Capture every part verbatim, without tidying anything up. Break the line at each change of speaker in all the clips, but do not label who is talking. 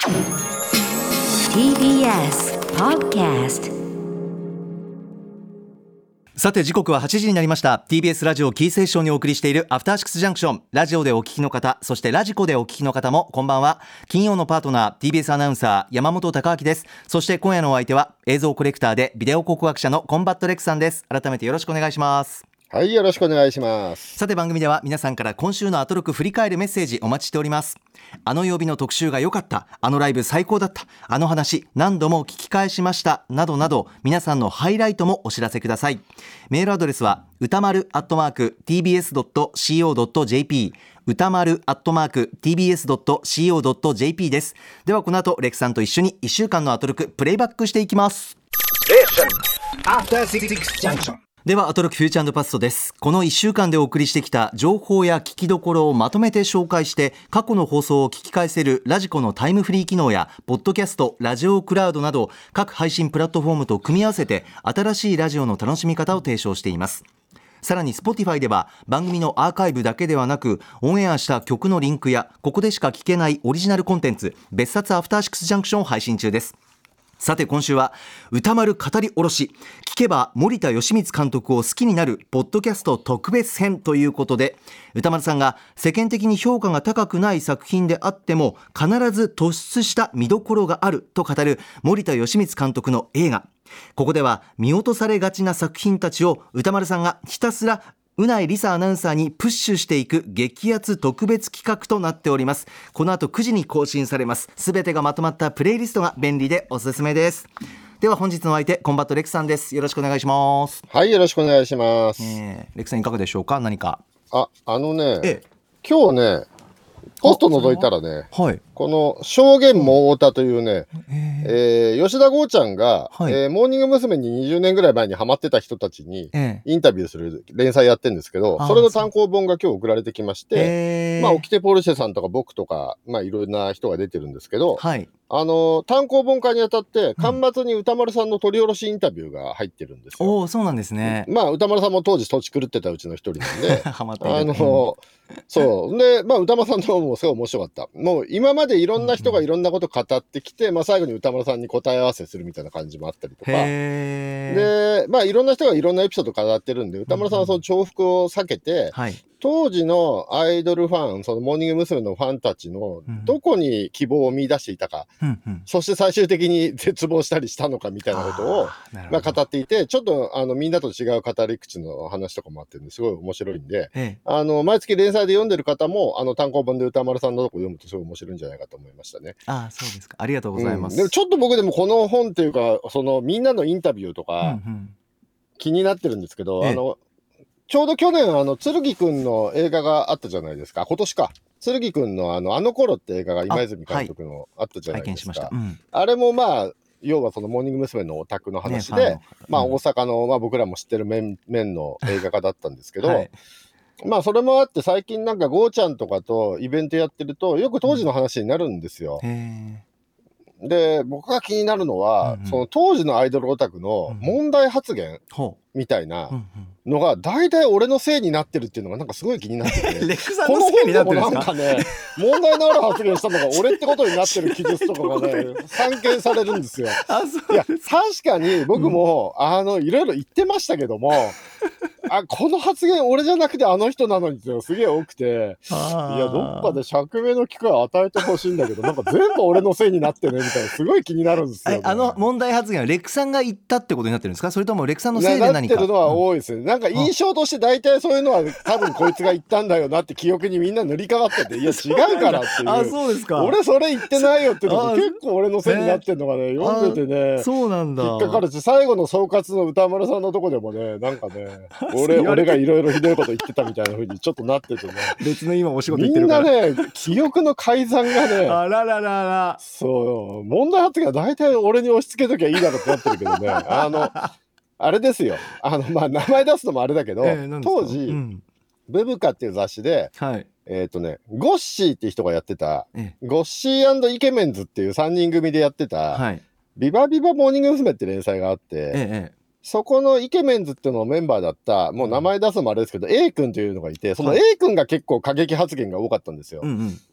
ティービーエス Podcast。
さて時刻ははちじになりました。 ティービーエス ラジオキーセーションにお送りしているアフターシックスジャンクション。ラジオでお聞きの方、そしてラジコでお聞きの方もこんばんは。金曜のパートナー ティービーエス アナウンサー山本貴明です。そして今夜のお相手は映像コレクターでビデオ考古学者のコンバットレックさんです。改めてよろしくお願いします。
はい、よろしくお願いします。
さて番組では皆さんから今週のアトロク振り返るメッセージお待ちしております。あの曜日の特集が良かった、あのライブ最高だった、あの話何度も聞き返しましたなどなど、皆さんのハイライトもお知らせください。メールアドレスは歌丸アットマーク ティービーエスドットシーオードットジェーピー 歌丸アットマーク ティービーエスドットシーオードットジェーピー です。ではこの後レクさんと一緒にいっしゅうかんのアトロクプレイバックしていきます。ではアトロクフューチャー&パストです。このいっしゅうかんでお送りしてきた情報や聞きどころをまとめて紹介して過去の放送を聞き返せるラジコのタイムフリー機能やポッドキャスト、ラジオクラウドなど各配信プラットフォームと組み合わせて新しいラジオの楽しみ方を提唱しています。さらに Spotify では番組のアーカイブだけではなくオンエアした曲のリンクやここでしか聞けないオリジナルコンテンツ別冊アフターシックスジャンクションを配信中です。さて今週は歌丸語り下ろし、聞けば森田義満監督を好きになるポッドキャスト特別編ということで、歌丸さんが世間的に評価が高くない作品であっても必ず突出した見どころがあると語る森田義満監督の映画。ここでは見落とされがちな作品たちを歌丸さんがひたすらうないりさアナウンサーにプッシュしていく激アツ特別企画となっております。この後くじに更新されます。すべてがまとまったプレイリストが便利でおすすめです。では本日の相手コンバットレクさんです。よろしくお願いします。
はい、よろしくお願いします。
えー、レクさんいかがでしょうか。何か
あ、あのね、
ええ、
今日ねポスト覗いたらね、
はい、
この証言も太田というね、えー、吉田剛ちゃんが、
はい、
えー、モーニング娘。ににじゅうねんぐらい前にハマってた人たちに
ええ、
インタビューする連載やってるんですけど、それの単行本が今日送られてきまして、まあオキテポルシェさんとか僕とか、まあいろんな人が出てるんですけど、はい、あの単行本化にあたって巻末に歌丸さんの取り下ろしインタビューが入ってるんですよ。
おー、そうなんですね。
まあ歌丸さんも当時土地狂ってたうちの一人なんで
ハマっている、
あの、うん、そうで、まあ歌丸さんのもすごい面白かった。もう今までいろんな人がいろんなこと語ってきて、うんうん、まあ最後に歌丸さんに答え合わせするみたいな感じもあったりとかで、まあいろんな人がいろんなエピソード語ってるんで、歌丸さんはその重複を避けて、うんうん、はい、当時のアイドルファン、そのモーニング娘。のファンたちのどこに希望を見出していたか、うんうん、そして最終的に絶望したりしたのかみたいなことをまあ語っていて、ちょっとあのみんなと違う語り口の話とかもあってるんですごい面白いんで、ええ、あの毎月連載で読んでる方もあの単行本で歌丸さんのとこ読むとすごい面白いんじゃないかと思いましたね。
ああ、そうですか。ありがとうございます。
うん、でもちょっと僕でもこの本っていうかそのみんなのインタビューとか気になってるんですけど、うんうん、あのちょうど去年あの剣くんの映画があったじゃないですか。今年か剣くんのあのあの頃って映画が今泉監督のあったじゃないですか。あ、はい、うん、あれもまあ要はそのモーニング娘。のオタクの話で、ね、まあ大阪の、まあ、僕らも知ってる面面の映画化だったんですけど、はい、まあそれもあって最近なんかゴーちゃんとかとイベントやってるとよく当時の話になるんですよ。うん、で僕が気になるのは、うんうん、その当時のアイドルオタクの問題発言みたいなのが大体俺のせいになってるっていうのがなんかすごい気になってて
レクさんのせいになってるんですか。
この本でもなんかね問題のある発言したのが俺ってことになってる記述とかがね散見されるんですよ。あ、そうです。いや確かに僕も、うん、あのいろいろ言ってましたけどもあこの発言俺じゃなくてあの人なのにっていうのがすげえ多くて、いやどっかで釈明の機会を与えてほしいんだけどなんか全部俺のせいになってねみたいなすごい気になるんですよ、ね、
あの問題発言はレクさんが言ったってことになってるんですか、それともレクさんのせいで何か。
なってるのは多いですね、うん、なんか印象として大体そういうのは多分こいつが言ったんだよなって記憶にみんな塗り替わってていや違うからっていう
あ、そうですか。
俺それ言ってないよっていうのが結構俺のせいになってるのがね読んでてね、
そうなんだ、
引っかかるし、最後の総括の歌丸さんのとこでもねなんかね俺俺がいろいろひどいこと言ってたみたいな風にちょっとなっててね
別の今お仕事言ってるから
みんなね記憶の改ざんがね
あらららら、
そう問題発言は大体俺に押し付けときゃいいだろってなってるけどねあのあれですよ、あのまあ名前出すのもあれだけど、えー、当時、うん、ブブカっていう雑誌で、はい、えっ、ー、とねゴッシーっていう人がやってた、えー、ゴッシー&イケメンズっていうさんにん組でやってた、はい、ビバビバモーニング娘。って連載があって、えー、そこのイケメンズっていうのメンバーだったもう名前出すのもあれですけど、うん、A 君というのがいて、その A 君が結構過激発言が多かったんですよ、うんうん、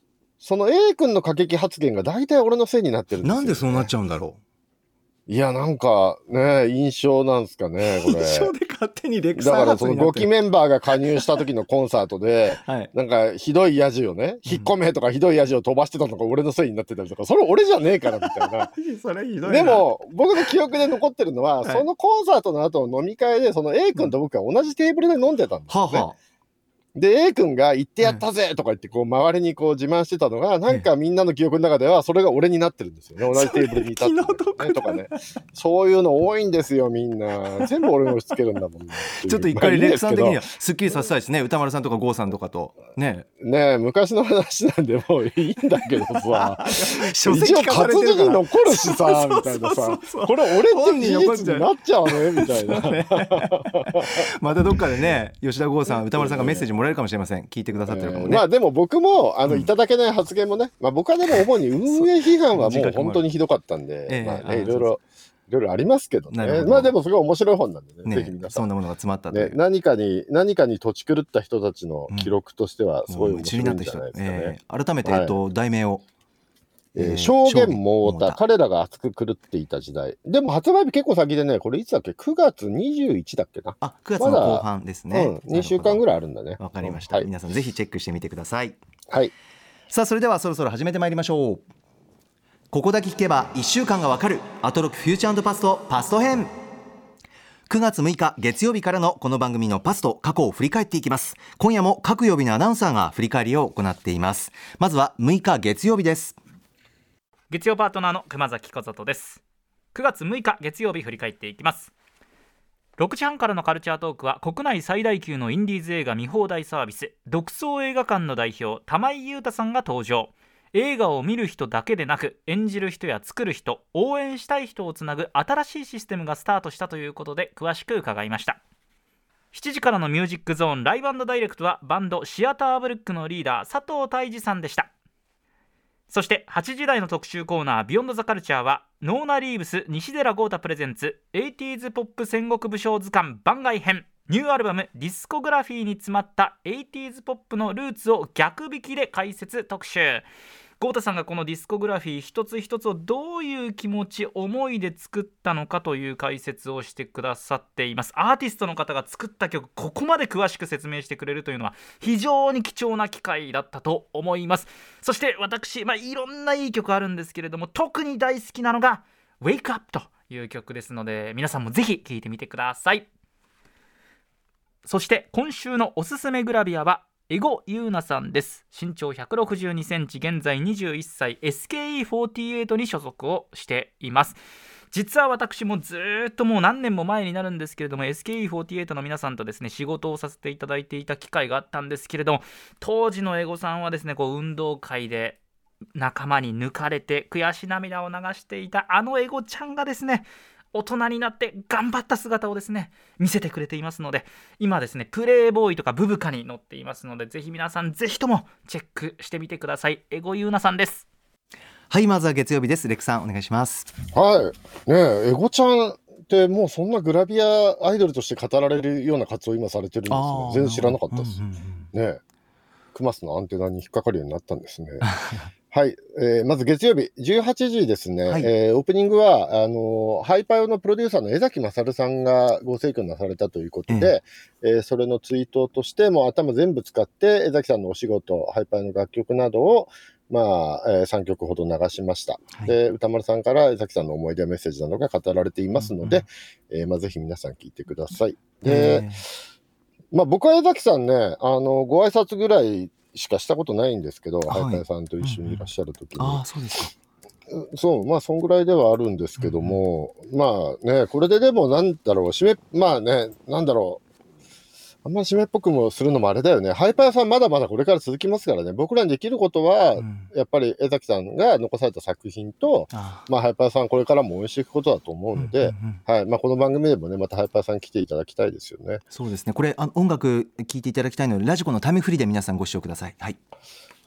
その A 君の過激発言が大体俺のせいになってるんですよ、ね。
なんでそうなっちゃうんだろう。
いや、なんかね、印象なんですかね、これ。
印象で勝手にレクさん
だからその
発になってる。
ごきメンバーが加入した時のコンサートで、
はい、
なんかひどいヤジをね、引っ込めとかひどいヤジを飛ばしてたのが俺のせいになってたりとか、それ俺じゃねえからみたいな。
それひどいな。
でも、僕の記憶で残ってるのは、
はい、
そのコンサートの後の飲み会で、その A 君と僕は同じテーブルで飲んでたんですよね。はあはあ、で A 君が言ってやったぜとか言ってこう周りにこう自慢してたのがなんかみんなの記憶の中ではそれが俺になってるんですよね。同じテーブルにいたって、ね、とかね、そういうの多いんですよみんな。全部俺に押し付けるんだもん、ね、
ちょっと一回レクさん的にはすっきりさせたいですね。歌丸さんとか郷さんとかとね
ね昔の話なんでもういいんだけどさ
書籍化されてるから
一応活字に残るしさみたいなさ、これ俺って事実になっちゃうねみたいな、ね、
またどっかでね吉田郷さん歌丸さんがメッセージもらえるかもしれません。聞いてくださってるかもね。
えー、まあでも僕もあの、うん、いただけない発言もね、まあ、僕はでも主に運営批判はもう本当にひどかったんで、えー、まあねいろいろいろいろありますけどね。どまあでもすごい面白い本なんで ね, ねぜひ皆さん
そんなものが詰まったという、
ね、何かに何かに土地狂った人たちの記録としてはすごい面白いんじゃないですかね。
えー、改めて、えっと、題名を
えー、証言も太田、彼らが熱く狂っていた時代。でも発売日結構先でね、これいつだっけ、くがつにじゅういちだっけな。
あ、くがつの後半ですね。
まうん、にしゅうかんぐらいあるんだね。
わかりました、うんはい。皆さんぜひチェックしてみてください。
はい。
さあ、それではそろそろ始めてまいりましょう。ここだけ聞けばいっしゅうかんがわかるアトロクフューチャー&パストパスト編。くがつむいか月曜日からのこの番組のパスト過去を振り返っていきます。今夜も各曜日のアナウンサーが振り返りを行っています。まずはむいか月曜日です。
月曜パートナーの熊崎小里です。くがつむいか月曜日振り返っていきます。ろくじはんからのカルチャートークは国内最大級のインディーズ映画見放題サービス独創映画館の代表玉井裕太さんが登場。映画を見る人だけでなく演じる人や作る人応援したい人をつなぐ新しいシステムがスタートしたということで詳しく伺いました。しちじからのミュージックゾーンライブ&ダイレクトはバンドシアターブルックのリーダー佐藤泰治さんでした。そしてはちじ台の特集コーナービヨンドザカルチャーはノーナ・リーブス西寺豪太プレゼンツ エイティーズ ポップ戦国武将図鑑番外編ニューアルバムディスコグラフィーに詰まった エイティーズ ポップのルーツを逆引きで解説特集。豪太さんがこのディスコグラフィー一つ一つをどういう気持ち思いで作ったのかという解説をしてくださっています。アーティストの方が作った曲ここまで詳しく説明してくれるというのは非常に貴重な機会だったと思います。そして私、まあ、いろんないい曲あるんですけれども特に大好きなのが Wake Up という曲ですので皆さんもぜひ聴いてみてください。そして今週のおすすめグラビアはエゴユーナさんです。身長ひゃくろくじゅうにセンチ現在にじゅういっさい エスケーイーフォーティーエイト に所属をしています。実は私もずっともう何年も前になるんですけれども エスケーイーフォーティーエイト の皆さんとですね仕事をさせていただいていた機会があったんですけれども当時のエゴさんはですねこう運動会で仲間に抜かれて悔し涙を流していたあのエゴちゃんがですね大人になって頑張った姿をですね見せてくれていますので今ですねプレイボーイとかブブカに載っていますのでぜひ皆さんぜひともチェックしてみてください。エゴユーナさんです。
はい、まずは月曜日です。レクさんお願いします。
はいねえエゴちゃんってもうそんなグラビアアイドルとして語られるような活動を今されてるんですね。全然知らなかったです、うんうんうん、ねえクマスのアンテナに引っかかるようになったんですねはい、えー、まず月曜日じゅうはちじですね、はい、えー、オープニングはあのー、ハイパヨのプロデューサーの江崎勝さんがご逝去なされたということで、うんえー、それのツイートとしてもう頭全部使って江崎さんのお仕事ハイパヨの楽曲などを、まあえー、さんきょくほど流しました、はい、で歌丸さんから江崎さんの思い出メッセージなどが語られていますので、うんうんえーまあ、ぜひ皆さん聞いてください。で、まあ、僕は江崎さんねあのご挨拶ぐらいしかしたことないんですけど、はい、ハイパヨさんと一緒にいらっしゃるときに、うんうん、あそうですか。そうまあそんぐらいではあるんですけども、うんうん、まあねこれででもなんだろう締めまあねなんだろうあんまり締めっぽくもするのもあれだよね。ハイパヨさんまだまだこれから続きますからね。僕らにできることは、うん、やっぱり江崎さんが残された作品とあまあハイパヨさんこれからも応援していくことだと思うので、うんうんうんはいまあ、この番組でもねまたハイパヨさん来ていただきたいですよね。
そうですねこれあ音楽聴いていただきたいのでラジコのタイムフリーで皆さんご視聴ください。はい、
はい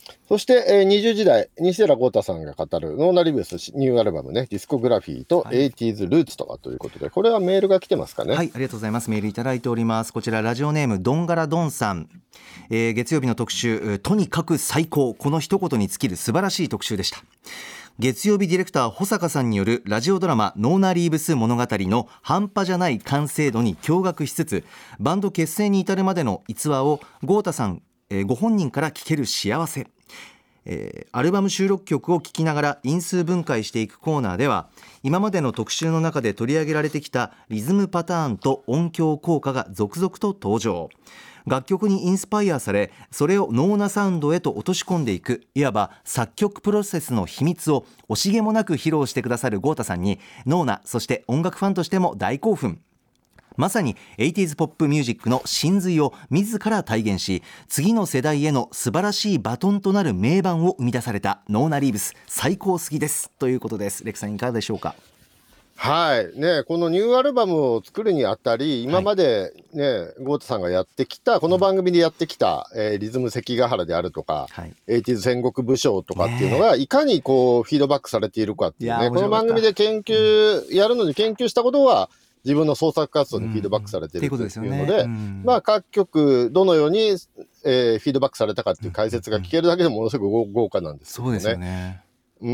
そして、えー、にじゅうじ代、西寺豪太さんが語るノーナリブスニューアルバムね、ディスコグラフィーと エイティーズ ルーツとはということで、これはメールが来てますかね。
はい、ありがとうございます。メールいただいております。こちらラジオネームどんがらどんさん、えー、月曜日の特集、とにかく最高、この一言に尽きる素晴らしい特集でした。月曜日ディレクター保坂さんによるラジオドラマノーナリーブス物語の半端じゃない完成度に驚愕しつつ、バンド結成に至るまでの逸話を豪太さん、えー、ご本人から聞ける幸せ、えー、アルバム収録曲を聴きながら因数分解していくコーナーでは、今までの特集の中で取り上げられてきたリズムパターンと音響効果が続々と登場。楽曲にインスパイアされ、それをノーナサウンドへと落とし込んでいく、いわば作曲プロセスの秘密を惜しげもなく披露してくださる豪太さんに、ノーナ、そして音楽ファンとしても大興奮。まさに エイティーズ ポップミュージックの真髄を自ら体現し、次の世代への素晴らしいバトンとなる名盤を生み出されたノーナリーブス、最高すぎですということです。レクさんいかがでしょうか。
はいね、このニューアルバムを作るにあたり、今までね、豪太さんがやってきた、この番組でやってきた、えー、リズム関ヶ原であるとか、はい、エイティーズ 戦国武将とかっていうのが、いかにこうフィードバックされているかっていうね、この番組で研究、やるのに研究したことは、自分の創作活動にフィードバックされているというので、まあ各曲どのように、えー、フィードバックされたかっていう解説が聞けるだけでもものすごく豪華なんですけどね。そうですよね。うん、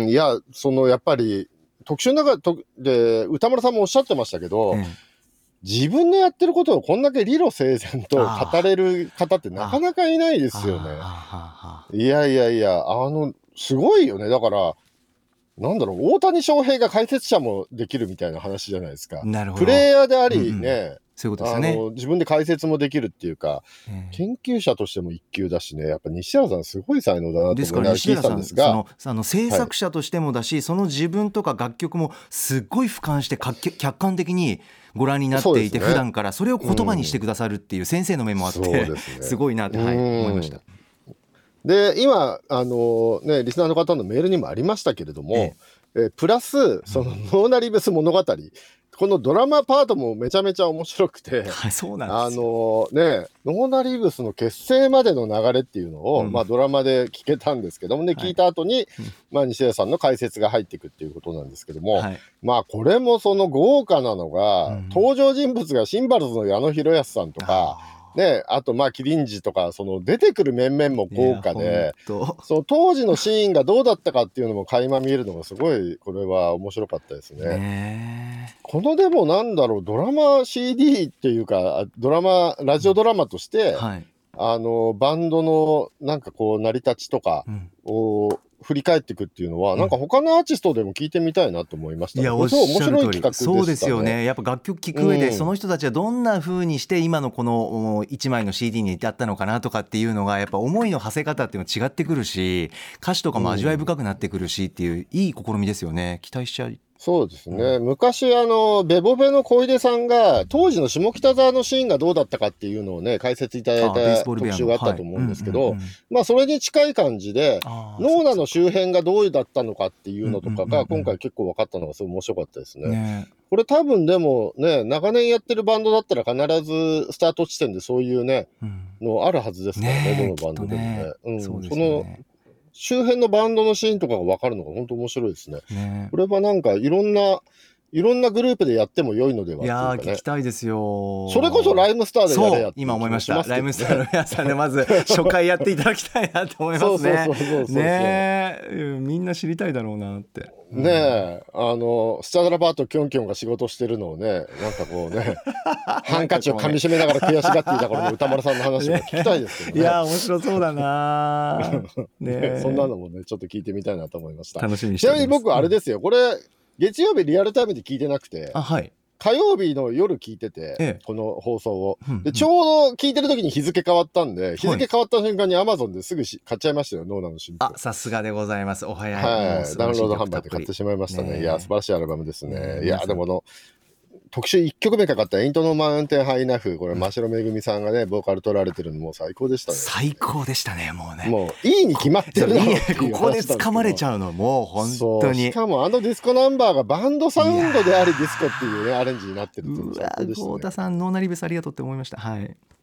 いや、そのやっぱり、特集の中で歌丸さんもおっしゃってましたけど、うん、自分のやってることをこんだけ理路整然と語れる方ってなかなかいないですよね。いやいやいや、あのすごいよね。だからなんだろう、大谷翔平が解説者もできるみたいな話じゃないですか。なるほど。プレイヤーでありね、うんうん、そういうことですね。あの自分で解説もできるっていうか、えー、研究者としても一級だしね、やっぱ西原さんすごい才能だなと思いながら聞いたんですが、そのあの制作者としてもだし、はい、その自分とか楽曲もすっごい俯瞰して客観的にご覧になっていて、ね、普段からそれを言葉にしてくださるっていう先生の目もあって、うん、す, すごいなって、はい、思いました。 で今あの、ね、リスナーの方のメールにもありましたけれども、えええプラスそのノーナリブス物語、このドラマパートもめちゃめちゃ面白くて、はい、そうなんですよ。あのね、ノーナリブスの結成までの流れっていうのを、うん、まあ、ドラマで聞けたんですけどもね、はい、聞いた後に、まあ、西田さんの解説が入っていくっていうことなんですけども、はい、まあこれもその豪華なのが、うん、登場人物がシンバルズの矢野博康さんとか、ね、あとまあキリンジとか、その出てくる面々も豪華で、その当時のシーンがどうだったかっていうのも垣間見えるのがすごい、これは面白かったですね。ね、このでもなんだろう、ドラマ シーディー っていうかドラマラジオドラマとして、うん、はい、あのバンドのなんかこう成り立ちとかを、うん、振り返っていくっていうのは、うん、なんか他のアーティストでも聞いてみたいなと思いました、ね。いや、おっしゃる通り、面白い企画でしたね。そうですよね。
やっぱ楽曲聴く上で、うん、その人たちはどんな風にして今のこのいちまいの シーディー に至ったのかなとかっていうのが、やっぱ思いの馳せ方っていうのは違ってくるし、歌詞とかも味わい深くなってくるしっていう、うん、いい試みですよね。期待しちゃう。そうですね、うん、昔あのベボベの小出さんが当時の下北沢のシーンがどうだったかっていうのをね解説いただいた特集があったと思うんですけど、まあそれに近い感じでノーナの周辺がどうだったのかっていうのとかが今回結構分かったのがすごい面白かったですね。ね、これ多分でもね、長年やってるバンドだったら必ずスタート地点でそういうね、うん、のあるはずですからね、ね、どのバンドでもね。うん、そうですね。その周辺のバンドのシーンとかが分かるのが本当面白いですね。ね、これはなんかいろんないろんなグループでやっても良いのでは、ね、いやー聞きたいですよ。それこそライムスターでやれやって今思いました。ライムスターの皆さんでまず初回やっていただきたいなと思いますね。そうそうそうそうそう。ねえ、みんな知りたいだろうなって。ねえ、あのスチャダラバーとキョンキョンが仕事してるのをね、なんかこうねハンカチを噛みしめながら悔しがっていた頃の歌丸さんの話も聞きたいですけどね。いや面白そうだなね。そんなのもねちょっと聞いてみたいなと思いました。楽しみにしてます。ちなみに僕あれですよ、これ月曜日リアルタイムで聞いてなくて、あ、はい、火曜日の夜聞いてて、ええ、この放送を、うんうん、でちょうど聞いてる時に日付変わったんで、日付変わった瞬間に Amazon ですぐし買っちゃいましたよ、ノーナの新譜。あ、さすがでございます。お早い。はい、ダウンロード販売で買ってしまいましたね。いや素晴らしいアルバムですね。ね、いやでもの特集いっきょくめかかったエイントのマウンテンハイナフ、これ真城めぐみさんがねボーカル取られてるのも最高でしたね。最高でしたね。もうね、もういいに決まってるなっていう。ここで掴まれちゃうのもう本当に。しかもあのディスコナンバーがバンドサウンドでありディスコっていうねアレンジになってるっていうのが最高でしたね。うわ、豪田さんノーナリブスありがとうって思いました。はい。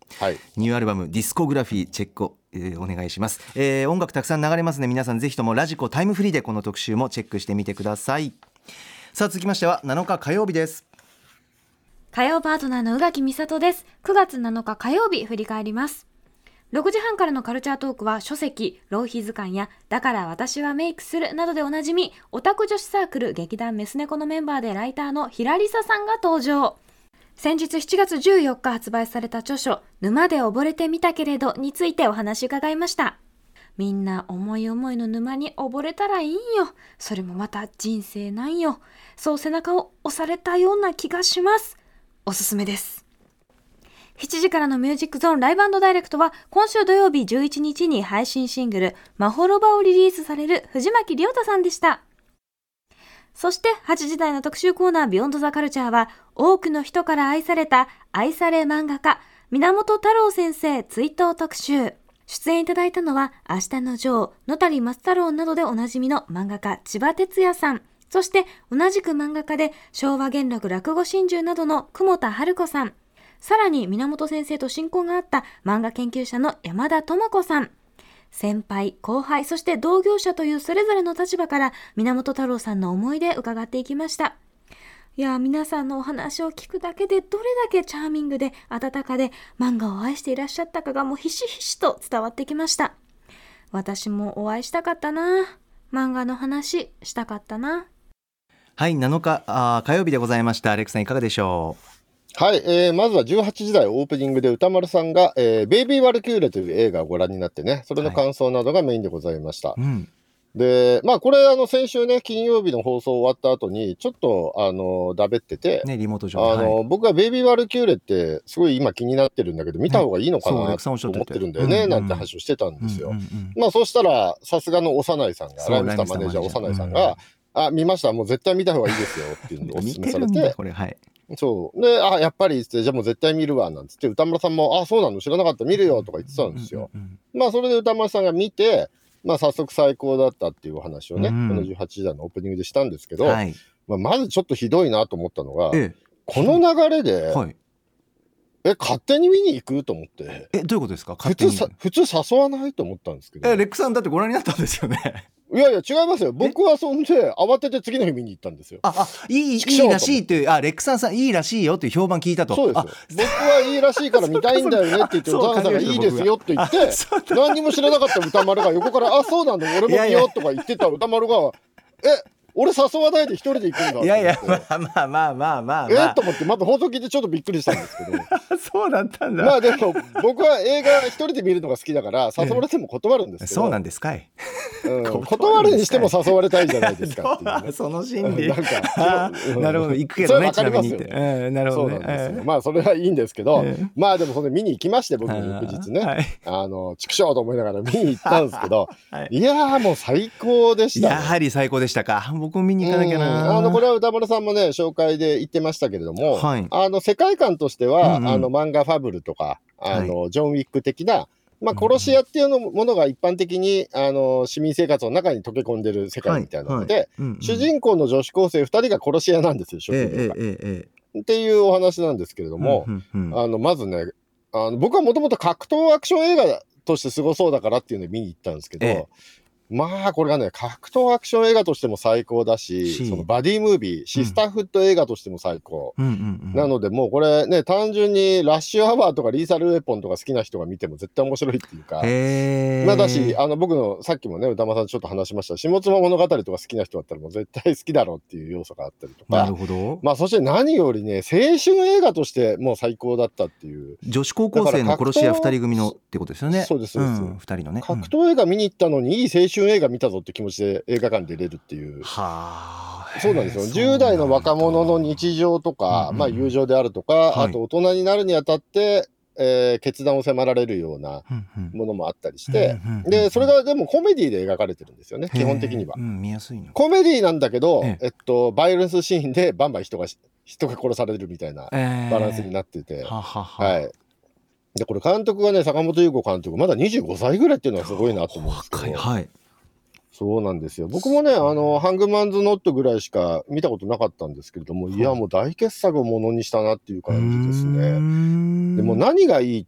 はい、
ニューアルバムディスコグラフィーチェックを、えー、お願いします、えー、音楽たくさん流れますね。皆さんぜひともラジコタイムフリーでこの特集もチェックしてみてください。さあ続きましてはなのか火曜日です。
火曜パートナーの宇垣美里です。くがつなのか火曜日振り返ります。ろくじはんからのカルチャートークは書籍、浪費図鑑やだから私はメイクするなどでおなじみオタク女子サークル劇団メス猫のメンバーでライターのひらりささんが登場。先日しちがつじゅうよっか発売された著書沼で溺れてみたけれどについてお話伺いました。みんな思い思いの沼に溺れたらいいんよ。それもまた人生なんよ。そう背中を押されたような気がします。おすすめです。しちじからのミュージックゾーンライブ&ダイレクトは今週土曜日じゅういちにちに配信シングルまほろばをリリースされる藤巻亮太さんでした。そしてはちじ台の特集コーナービヨンドザカルチャーは多くの人から愛された愛され漫画家源太郎先生追悼特集。出演いただいたのは明日のジョー、野谷松太郎などでおなじみの漫画家千葉哲也さん、そして同じく漫画家で昭和元禄落語真珠などの久保田春子さん、さらに源先生と親交があった漫画研究者の山田智子さん、先輩、後輩、そして同業者というそれぞれの立場から源太郎さんの思い出伺っていきました。いや皆さんのお話を聞くだけでどれだけチャーミングで温かで漫画を愛していらっしゃったかがもうひしひしと伝わってきました。私もお会いしたかったな。漫画の話したかったな。
はい、なのかあ火曜日でございました。アレックさんいかがでしょう。
はい、えー、まずはじゅうはちじ台オープニングで歌丸さんが、えー、ベイビー・ワルキューレという映画をご覧になってね、それの感想などがメインでございました、はい、うん、でまあこれあの先週ね金曜日の放送終わった後にちょっとあのだべってて、ね、
リモート上
あの、はい、僕はベイビー・ワルキューレってすごい今気になってるんだけど見た方がいいのかなと思ってるんだよね、なんて話をしてたんですよ、うんうんうん、まあそうしたらさすがの幼いさんがライムスターマネージャー幼いさんが、うん、あ見ました、もう絶対見た方がいいですよっていうのをお勧めされてこれ、はい、そうで、あやっぱりってじゃあもう絶対見るわなんつって歌丸さんもあそうなの知らなかった見るよとか言ってたんですよ、うんうんうん、まあそれで歌丸さんが見てまあ早速最高だったっていうお話をね、うん、このじゅうはちじ台のオープニングでしたんですけど、はい、まあ、まずちょっとひどいなと思ったのが、ええ、この流れで、はい、え勝手に見に行くと思って、
えどういうことですか。
勝手に普通普通誘わないと思ったんですけど、
えレックさんだってご覧になったんですよね。
いやいや違いますよ。僕はそんで慌てて次の日見に行ったんですよ。
ああいいいいらしいっていう、あレックさんさんいいらしいよっていう評判聞いたと。
そうですよ。僕はいいらしいから見たいんだよねって言って歌丸さんがいいですよって言って何にも知らなかった歌丸が横からあそうなの俺も見ようとか言ってた歌丸がえ俺誘わないで一人で行くんだって。
いやいやまあまあまあまあまあ、まあ、
えっと思ってまた放送聞いてちょっとびっくりしたんですけど
そうだったんだ。
まあでも僕は映画一人で見るのが好きだから誘われても断るんですけど、
そうなんですかい、
うん、断るにしても誘われたいじゃないですかっていう、ね、
その心理なんかなるほど行くけどねちなみにって、えー、なるほどね、
そうなんですよ、えー、まあそれはいいんですけど、えー、まあでもそれ見に行きまして僕も翌日ね、はい、あの畜生と思いながら見に行ったんですけど、はい、いやーもう最高でした、ね、
やはり最高でしたか。僕も見に行かなきゃな。
あのこれは歌丸さんもね紹介で言ってましたけれども、はい、あの世界観としては、うんうん、あの漫画ファブルとかあの、はい、ジョン・ウィック的な、まあ、殺し屋っていうのものが一般的にあの市民生活の中に溶け込んでる世界みたいなので、はいはいうんうん、主人公の女子高生ふたりが殺し屋なんですよ職業が、えーえー、っていうお話なんですけれども、うんうんうん、あのまずねあの僕はもともと格闘アクション映画としてすごそうだからっていうので見に行ったんですけど、えーまあこれがね格闘アクション映画としても最高だし、そのバディムービーシスターフット映画としても最高、うんうんうん、なのでもうこれね単純にラッシュアワーとかリーサルウェポンとか好きな人が見ても絶対面白いっていうか、まあだしあの僕のさっきもね歌間さんちょっと話しました下妻物語とか好きな人だったらもう絶対好きだろうっていう要素があったりとか、
なるほど。
まあそして何よりね青春映画としてもう最高だったっていう、
女子高校生の殺し屋ふたり組のってことですよね。
そうですそうです、うん、
ふたりのね
格闘映画見に行ったのにいい青春映画見たぞって気持ちで映画館で出れるっていう。
は
そうなんですよ。じゅう代の若者の日常とか、うんうん、まあ友情であるとか、はい、あと大人になるにあたって、えー、決断を迫られるようなものもあったりして、うんうん、でそれがでもコメディで描かれてるんですよね基本的には、
うん、見やすいの
コメディなんだけど、ええっと、バイオレンスシーンでバンバン人が人が殺されるみたいなバランスになってて、えー、ははははいでこれ監督がね坂本裕子監督まだにじゅうごさいぐらいっていうのはすごいなと思うんですけど、はい、 そうなんですよ。僕もね、あの、ハングマンズノットぐらいしか見たことなかったんですけれども、いや、もう大傑作をものにしたなっていう感じですね。でも何がいいって、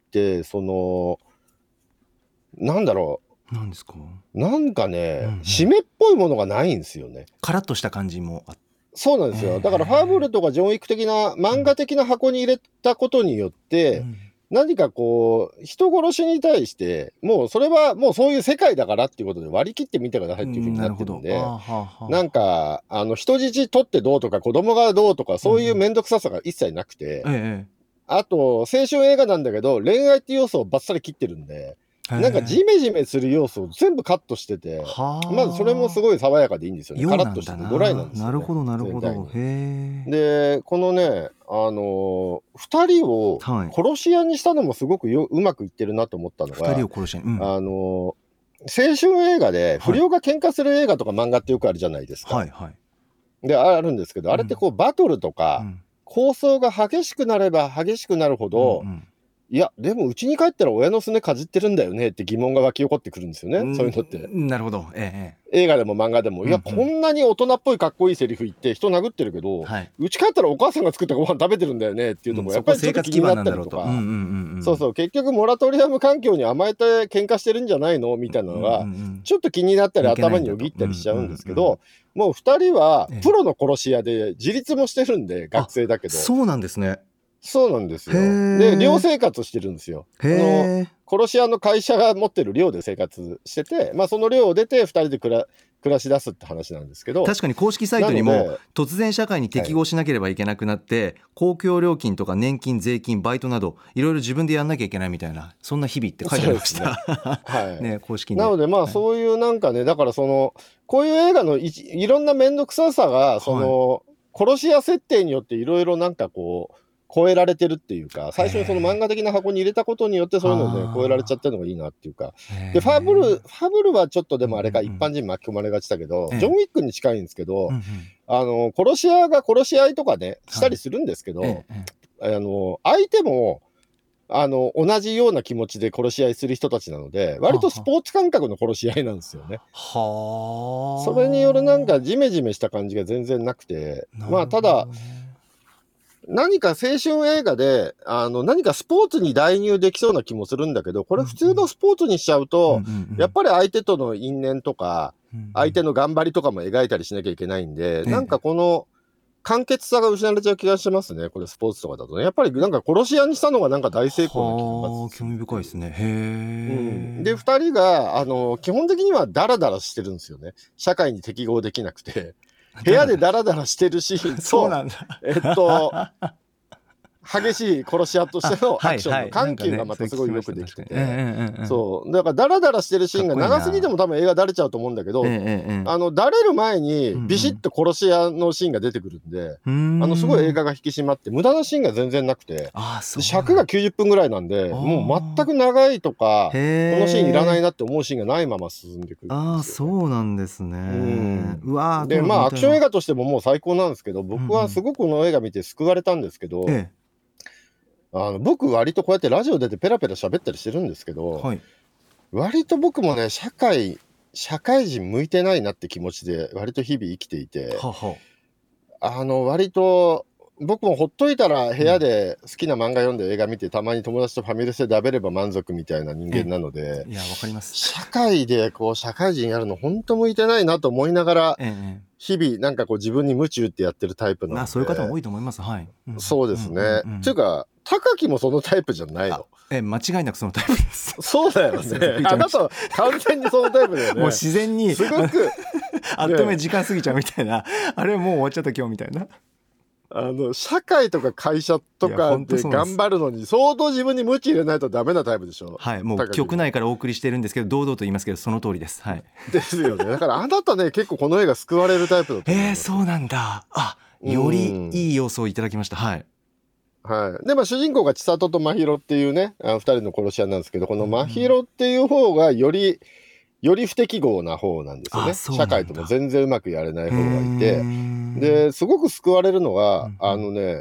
その、なんだろう。
なんですか？
なんかね、
うんうん、
締めっぽいものがないんですよね。
カラッとした感じもあって。
そうなんですよ。だからファーブルとかジョン・ウィック的な漫画的な箱に入れたことによって、うん、何かこう人殺しに対してもうそれはもうそういう世界だからっていうことで割り切ってみてくださいっていうふうになってるんで、うん、なんかあの人質取ってどうとか子供がどうとかそういう面倒くささが一切なくて、うん、あと青春映画なんだけど恋愛っていう要素をバッサリ切ってるんで、なんかジメジメする要素を全部カットしてて、まずそれもすごい爽やかでいいんですよね。カラッとしててドライなんですよね。
なるほどなるほど。
へでこのね、あのー、ふたりを殺し屋にしたのもすごくようまくいってるなと思ったのが、
ふたりを殺し屋に、うん、
あのー、青春映画で不良が喧嘩する映画とか漫画ってよくあるじゃないですか。はいはい、であるんですけど、あれってこうバトルとか、うん、抗争が激しくなれば激しくなるほど、うんうん、いやでもうちに帰ったら親のすねかじってるんだよねって疑問が湧き起こってくるんですよね、うん、そういうのって。
なるほど、ええ、
映画でも漫画でも、いや、うんうん、こんなに大人っぽいかっこいいセリフ言って人殴ってるけど、はい、うち帰ったらお母さんが作ったご飯食べてるんだよねっていうのもやっぱりちょっと気になったりとか、そうそう、結局モラトリアム環境に甘えて喧嘩してるんじゃないのみたいなのがちょっと気になったり頭によぎったりしちゃうんですけど、もうふたりはプロの殺し屋で自立もしてるんで、学生だけど。
そうなんですね。
そうなんですよ。で寮生活してるんですよ。あの殺し屋の会社が持ってる寮で生活してて、まあ、その寮を出てふたりで暮ら暮らし出すって話なんですけど、
確かに公式サイトにも突然社会に適合しなければいけなくなって、はい、公共料金とか年金税金バイトなどいろいろ自分でやんなきゃいけないみたいな、そんな日々って書いてありました、ねはいね、公式に。なのでまあそういうなんかね、だからそのこういう映画の い, いろんな面倒くささがその、はい、殺し屋設定によっていろいろなんかこう超えられてるっていうか、最初にその漫画的な箱に入れたことによってそういうので超えられちゃってるのがいいなっていうか。でファブルファブルはちょっとでもあれか、一般人巻き込まれがちだけど、ジョン・ウィックに近いんですけど、あの殺し屋が殺し合いとかねしたりするんですけど、あの相手もあの同じような気持ちで殺し合いする人たちなので、割とスポーツ感覚の殺し合いなんですよね。はそれによるなんかジメジメした感じが全然なくて、まあただ何か青春映画であの何かスポーツに代入できそうな気もするんだけど、これ普通のスポーツにしちゃうと、うんうん、やっぱり相手との因縁とか、うんうん、相手の頑張りとかも描いたりしなきゃいけないんで、うん、なんかこの簡潔さが失われちゃう気がしますね、これスポーツとかだとね。やっぱりなんか殺し屋にしたのがなんか大成功な気がします。 興味深いですね。へー、
うん、でふたりがあの基本的にはダラダラしてるんですよね。社会に適合できなくて部屋でダラダラしてるシーンと
そうなんだ
えっと激しい殺し屋としてのアクションの緩急がまたすごいよくできてて、そうだからダラダラしてるシーンが長すぎても多分映画だれちゃうと思うんだけど、あのだれる前にビシッと殺し屋のシーンが出てくるんで、あのすごい映画が引き締まって無駄なシーンが全然なくて、尺がきゅうじゅっぷんぐらいなんで、もう全く長いとかこのシーンいらないなって思うシーンがないまま進んでくるんですよ。
ああそうなんですね。
うわでまあアクション映画としてももう最高なんですけど、僕はすごくこの映画見て救われたんですけど、ええあの僕割とこうやってラジオ出てペラペラ喋ったりしてるんですけど、はい、割と僕もね社会社会人向いてないなって気持ちで割と日々生きていて、ははあの割と僕もほっといたら部屋で好きな漫画読んで映画見て、たまに友達とファミレスで食べれば満足みたいな人間なので、
いやわかります。
社会でこう社会人やるの本当向いてないなと思いながら、ええ、日々なんかこう自分に夢中ってやってるタイプなので、
まあ、そういう方も多いと思います。はい、
うん、そうですね、うんうんうん、っていうか高木もそのタイプじゃないの？
え間違いなくそのタイプです。
そうだよね。あなたは完全にそのタイプだよね。
もう自然に
すごく
あっという間に時間過ぎちゃうみたいな、あれもう終わっちゃった今日みたいな。
あの社会とか会社とかで頑張るのに相当自分にムチ入れないとダメなタイプでしょ。
はい、もう局内からお送りしてるんですけど堂々と言いますけどその通りです。はい。
ですよね。だからあなたね結構この映画救われるタイプだと思う。
えー、そうなんだ。あ、よりいい要素をいただきました。はい。
はい、でまあ主人公が千里と真宙っていうねあのふたりの殺し屋なんですけど、この真宙っていう方がよりより不適合な方なんですよね。社会とも全然うまくやれない方がいて、ですごく救われるのが、うんうん、あのね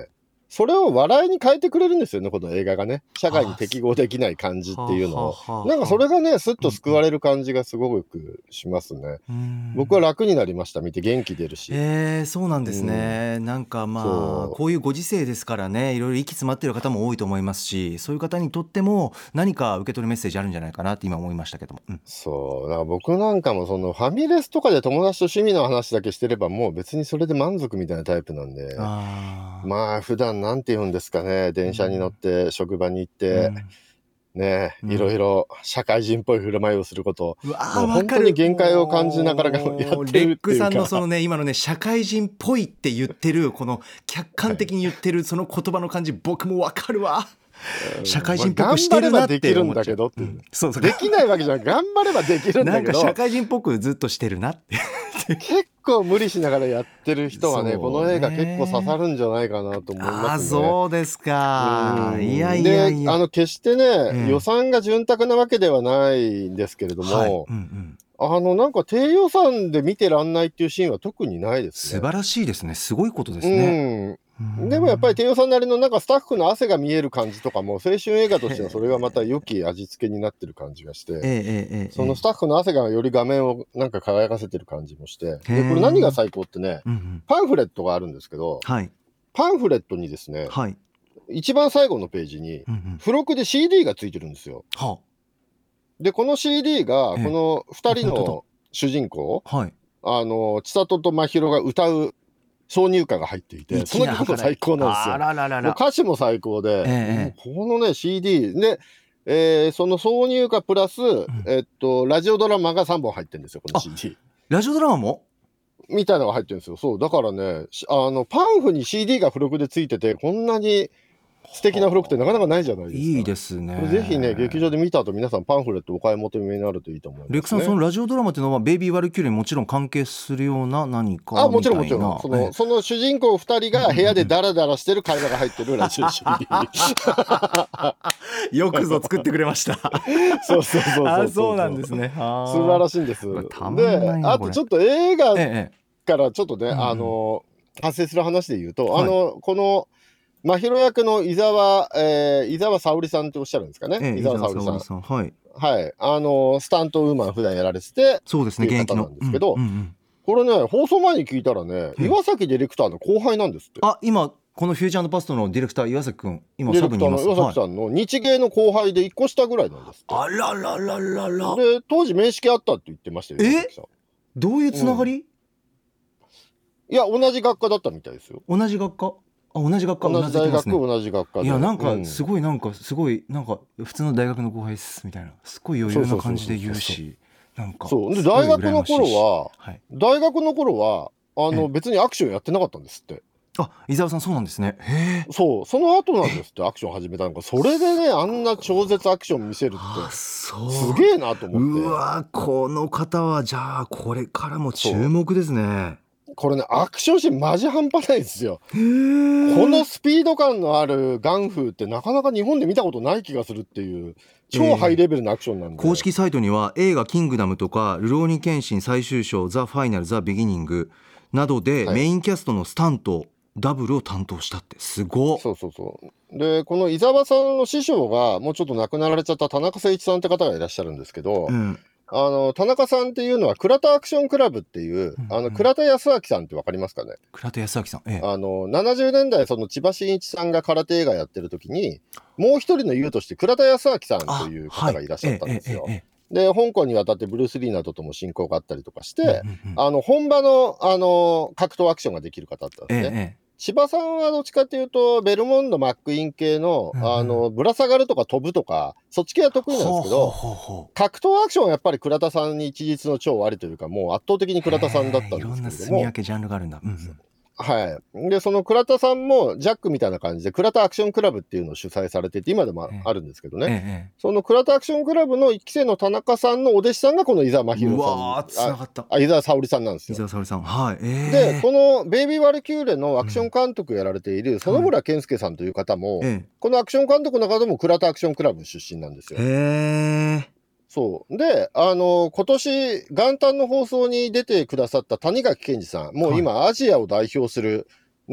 それを笑いに変えてくれるんですよね、この映画がね。社会に適合できない感じっていうのを。なんかそれがね、すっと救われる感じがすごくしますね。うん、僕は楽になりました、見て元気出るし。
えー、そうなんですね。うん、なんかまあ、こういうご時世ですからね、いろいろ息詰まってる方も多いと思いますし、そういう方にとっても何か受け取るメッセージあるんじゃないかなって今思いましたけども。うん、
そう。だから僕なんかもそのファミレスとかで友達と趣味の話だけしてればもう別にそれで満足みたいなタイプなんで。あまあ普段なんて言うんですかね、電車に乗って職場に行って、うん、ね、いろいろ社会人っぽい振る舞いをすること、うん、もう本当に限界を感じながらやってるっていうか。
レックさんのそのね、今のね、社会人っぽいって言ってるこの客観的に言ってるその言葉の感じ、僕もわかるわ。社会人っぽくしてるなって思っちゃう。頑張ればできるんだけどって、うん、そうそう、できないわけじゃん。頑張ればできるんだけど、なんか社会人っぽくずっとしてるなって
結構無理しながらやってる人はね、この映画結構刺さるんじゃないかなと思いますね。
あ、そうですか。いやいやいや、
で、あの決してね、うん、予算が潤沢なわけではないんですけれども、はい、うんうん、あのなんか低予算で見てらんないっていうシーンは特にないですね。
素晴らしいですね。すごいことですね。
うん、でもやっぱり低予算なりのなんかスタッフの汗が見える感じとかも青春映画としてはそれがまた良き味付けになってる感じがして、えー、そのスタッフの汗がより画面をなんか輝かせてる感じもして、でこれ何が最高ってね、うんうん、パンフレットがあるんですけど、はい、パンフレットにですね、はい、一番最後のページに付録で シーディー がついてるんですよ。うんうん、でこの シーディー がこのふたりの主人公、はい、あの千里と真宙が歌う挿入歌が入っていて、その曲も最高なんですよ。あらららら、もう歌詞も最高で、えー、このね シーディー で、えー、その挿入歌プラス、うん、えっとラジオドラマがさんぼん入ってるんですよ、この シーディー。
ラジオドラマも
みたいなのが入ってるんですよ。そうだからね、あのパンフに シーディー が付録でついてて、こんなに素敵な付録ってなかなかないじゃないですか。
いいですね。
これぜひね、劇場で見た後皆さんパンフレットお買い求めになるといいと思います、ね。
レクさん、そのラジオドラマっていうのはベイビーワルキューレにもちろん関係するような何かみたいな。
あ、もちろんもちろん。その、ええ、その主人公ふたりが部屋でダラダラしてる会話が入ってるラジオ シーディー。
よくぞ作ってくれました。
そうそうそうそうそう。
あ、そうなんですね。
素晴らしいんです。で、あとちょっと映画からちょっとね、ええ、あの、発生する話で言うと、はい、あの、この、真宙役の伊沢、えー、伊沢沙織さんっておっしゃるんですかね。ええ、伊沢沙織さん。さんはい。はい。あの、スタントウーマン普段やられてて、
そうですね、現役の。
なんですけど、うんうんうん、これね、放送前に聞いたらね、うん、岩崎ディレクターの後輩なんですって。
あ、今、このフューチャー&パストのディレクター、岩崎くん、今、サブにいます。
ディレクターの岩崎さんの日芸の後輩でいっこ下ぐらいなんですって。
あららららら。
で、当時面識あったって言ってましたよ。
え？どういうつながり？うん、
いや、同じ学科だったみたいですよ。
同じ学科？あ、同じ学科、
同じ大学、ね、同じ学科で。
いや、なんかすごい、なんかすごい、なんか普通の大学の後輩ですみたいな、すごい余裕な感じで言うし、なんか
そうで、大学の頃は、はい、大学の頃はあの別にアクションやってなかったんですって。
あ、伊沢さんそうなんですね。へえ。
そう、その後なんですって、アクション始めたのが。それでね、あんな超絶アクション見せるって、すげえなと思って。
うわ、この方はじゃあこれからも注目ですね。
これね、アクションシーンマジ半端ないですよ。このスピード感のあるガンフーってなかなか日本で見たことない気がするっていう超ハイレベルなアクションなんで、
えー、公式サイトには映画キングダムとかルローニケンシン最終章ザ・ファイナル・ザ・ビギニングなどでメインキャストのスタント、はい、ダブルを担当したってすごっ。
そうそうそうで、この伊沢さんの師匠がもうちょっと亡くなられちゃった田中誠一さんって方がいらっしゃるんですけど、うん、あの田中さんっていうのは倉田アクションクラブっていう、うんうん、あの倉田康明さんって分かりますかね。
倉田康明さん、ええ、
あのななじゅうねんだいその千葉真一さんが空手映画やってる時にもう一人の優として倉田康明さんという方がいらっしゃったんですよ。で香港に渡ってブルース・リーなどとも親交があったりとかして、うんうんうん、あの本場の、あの格闘アクションができる方だったんですね。ええ、千葉さんはどっちかっていうとベルモンド・マックイーン系の、うんうん、あのぶら下がるとか飛ぶとかそっち系は得意なんですけど、ほうほうほう、格闘アクションはやっぱり倉田さんに一日の超ありというかもう圧倒的に倉田さんだったんですけども、いろんな
住み分けジャンルがあるんだ、うんうん、
はい。でその倉田さんもジャックみたいな感じで倉田アクションクラブっていうのを主催されてて今でもあるんですけどね、ええ、その倉田アクションクラブのいっきせいの田中さんのお弟子さんがこの伊沢真宙さん、うわーつながった、あ伊沢沙織さんなんですよ。
伊沢沙織さん、はい、えー、
でこのベイビーワルキューレのアクション監督やられている園村健介さんという方も、うん、このアクション監督の中でも倉田アクションクラブ出身なんですよ。へー。そうで、あの今年元旦の放送に出てくださった谷垣健二さん、もう今、はい、アジアを代表するね、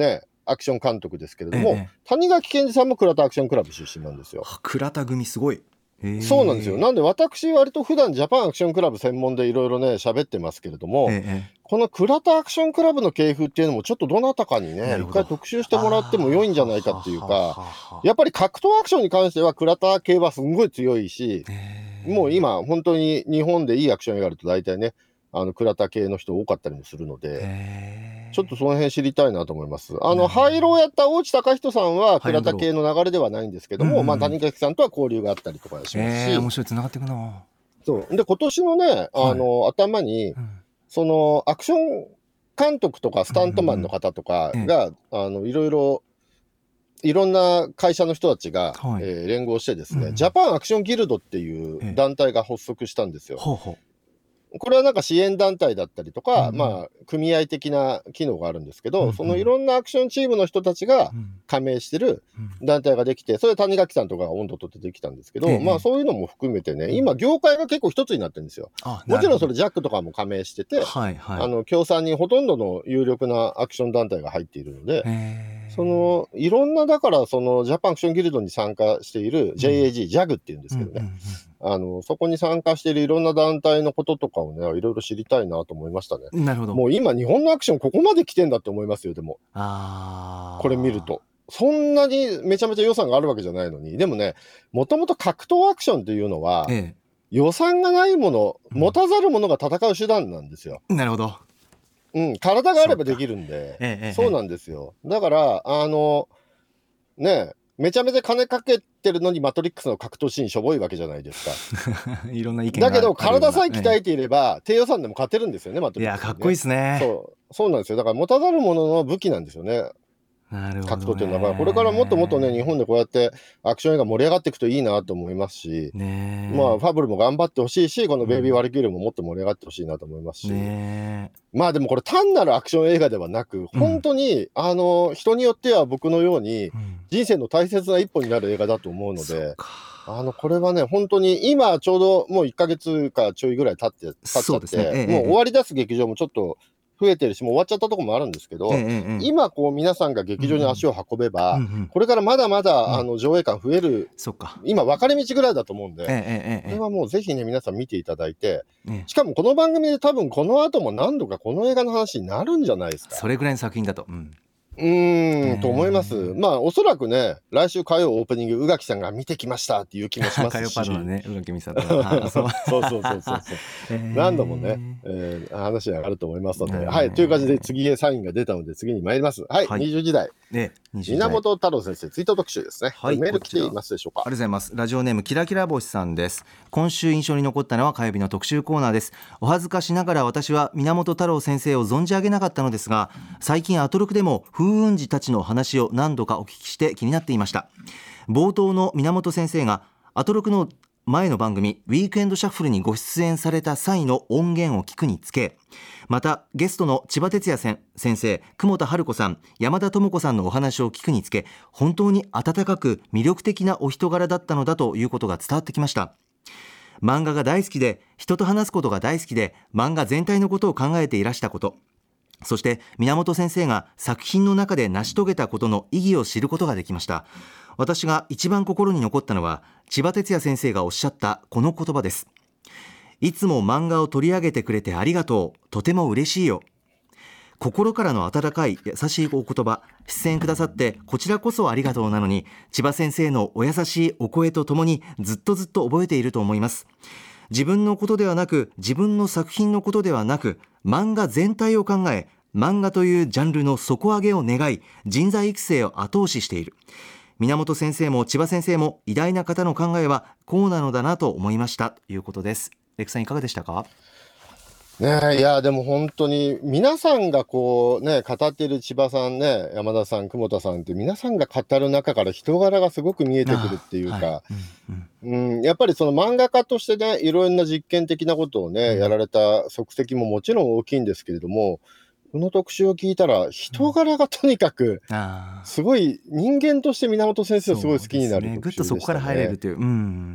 アクション監督ですけれども、
ええ、
谷垣健二さんも倉田アクションクラブ出身なんですよ。
倉田組すごい。
そうなんですよ。なんで私割と普段ジャパンアクションクラブ専門でいろいろね喋ってますけれども、
ええ、
この倉田アクションクラブの系譜っていうのもちょっとどなたかにね一回特集してもらっても良いんじゃないかっていうか、やっぱり格闘アクションに関しては倉田系はすんごい強いし、もう今本当に日本でいいアクション映画あると大体ねあの倉田系の人多かったりもするので、ちょっとその辺知りたいなと思います。あの廃炉をやった大内隆人さんは倉田系の流れではないんですけども、まあ谷垣さんとは交流があったりとかしますし、
えー、面白い、つながっていくな。
そうで今年のねあの、はい、頭に、うん、そのアクション監督とかスタントマンの方とかが、うんうん、あのいろいろいろんな会社の人たちが、はい、えー、連合してですね、うん、ジャパンアクションギルドっていう団体が発足したんですよ。ええ、ほうほう。これはなんか支援団体だったりとか、うん、まあ組合的な機能があるんですけど、うん、そのいろんなアクションチームの人たちが加盟してる団体ができて、それ谷垣さんとかが温度とってできたんですけど、うん、まあそういうのも含めてね、今業界が結構一つになってるんですよ。もちろんそれジャックとかも加盟してて、はいはい、あの協賛にほとんどの有力なアクション団体が入っているので、そのいろんなだからそのジャパンアクションギルドに参加している ジェイエージー、ジャグっていうんですけどね、うんうんうん、あのそこに参加しているいろんな団体のこととかをねいろいろ知りたいなと思いましたね。
なるほど。
もう今日本のアクションここまで来てんだって思いますよ。でもあこれ見るとそんなにめちゃめちゃ予算があるわけじゃないのに、でもねもともと格闘アクションというのは、ええ、予算がないもの持たざる者が戦う手段なんですよ。
うん、なるほど。
うん、体があればできるんで、ええ、そうなんですよ。だからあのねめちゃめちゃ金かけてるのにマトリックスの格闘シーンしょぼいわけじゃないですか。
いろんな意見がある。
だけど体さえ鍛えていれば、ええ、低予算でも勝てるんですよね、マトリックス、ね。
いやかっこいいですね。
そうそうなんですよ。だから持たざる者の武器なんですよね。
なるほどね、
格闘っていうのはこれからもっともっとね日本でこうやってアクション映画盛り上がっていくといいなと思いますし、ね、まあファブルも頑張ってほしいし、このベイビーワルキューレももっと盛り上がってほしいなと思いますし、ね、まあでもこれ単なるアクション映画ではなく、うん、本当にあの人によっては僕のように人生の大切な一歩になる映画だと思うので、うん、あのこれはね本当に今ちょうどもういっかげつかちょいぐらい経って経っちゃって、ね、ええ、もう終わり出す劇場もちょっと増えてるしもう終わっちゃったところもあるんですけど、ええ、今こう皆さんが劇場に足を運べば、うんうん、これからまだまだ、うん、あの上映館増える、そっか今分かれ道ぐらいだと思うんで、ええ、これはもうぜひね皆さん見ていただいて、ええ、しかもこの番組で多分この後も何度かこの映画の話になるんじゃないですか。
それぐらいの作品だと、うん
うーんと思います。まあおそらくね来週火曜オープニング宇垣さんが見てきましたっていう気もしますし
火曜パートナーね宇垣美里
そうそうそうそうそう、えー、何度もね、えー、話があると思いますので、はいという感じで次へサインが出たので次に参ります。はい、はい、にじゅうじだい、ね、源太郎先生ツイート特集ですね、はい、メール来ていますでしょうか。
ありがとうございます。ラジオネームキラキラ星さんです。今週印象に残ったのは火曜日の特集コーナーです。お恥ずかしながら私は源太郎先生を存じ上げなかったのですが、最近アトロクでも風雲児たちの話を何度かお聞きして気になっていました。冒頭の源先生がアトロクの前の番組ウィークエンドシャッフルにご出演された際の音源を聞くにつけ、またゲストの千葉哲也先生、久保田春子さん、山田智子さんのお話を聞くにつけ、本当に温かく魅力的なお人柄だったのだということが伝わってきました。漫画が大好きで人と話すことが大好きで漫画全体のことを考えていらしたこと、そして源先生が作品の中で成し遂げたことの意義を知ることができました。私が一番心に残ったのは千葉哲也先生がおっしゃったこの言葉です。いつも漫画を取り上げてくれてありがとう、とても嬉しいよ。心からの温かい優しいお言葉、出演くださってこちらこそありがとうなのに、千葉先生のお優しいお声とともにずっとずっと覚えていると思います。自分のことではなく、自分の作品のことではなく、漫画全体を考え、漫画というジャンルの底上げを願い、人材育成を後押ししている。源先生も千葉先生も偉大な方の考えはこうなのだなと思いましたということです。レクさんいかがでしたか。
ねえ、いやでも本当に皆さんがこうね語っている千葉さんね、山田さん、久保田さんって皆さんが語る中から人柄がすごく見えてくるっていうか、はい、うんうんうん、やっぱりその漫画家としてねいろんな実験的なことをね、うん、やられた足跡ももちろん大きいんですけれども、この特集を聞いたら人柄がとにかくすごい人間として源先生をすごい好きになる特集でしたね。
ぐっとそこから入れるという、うん、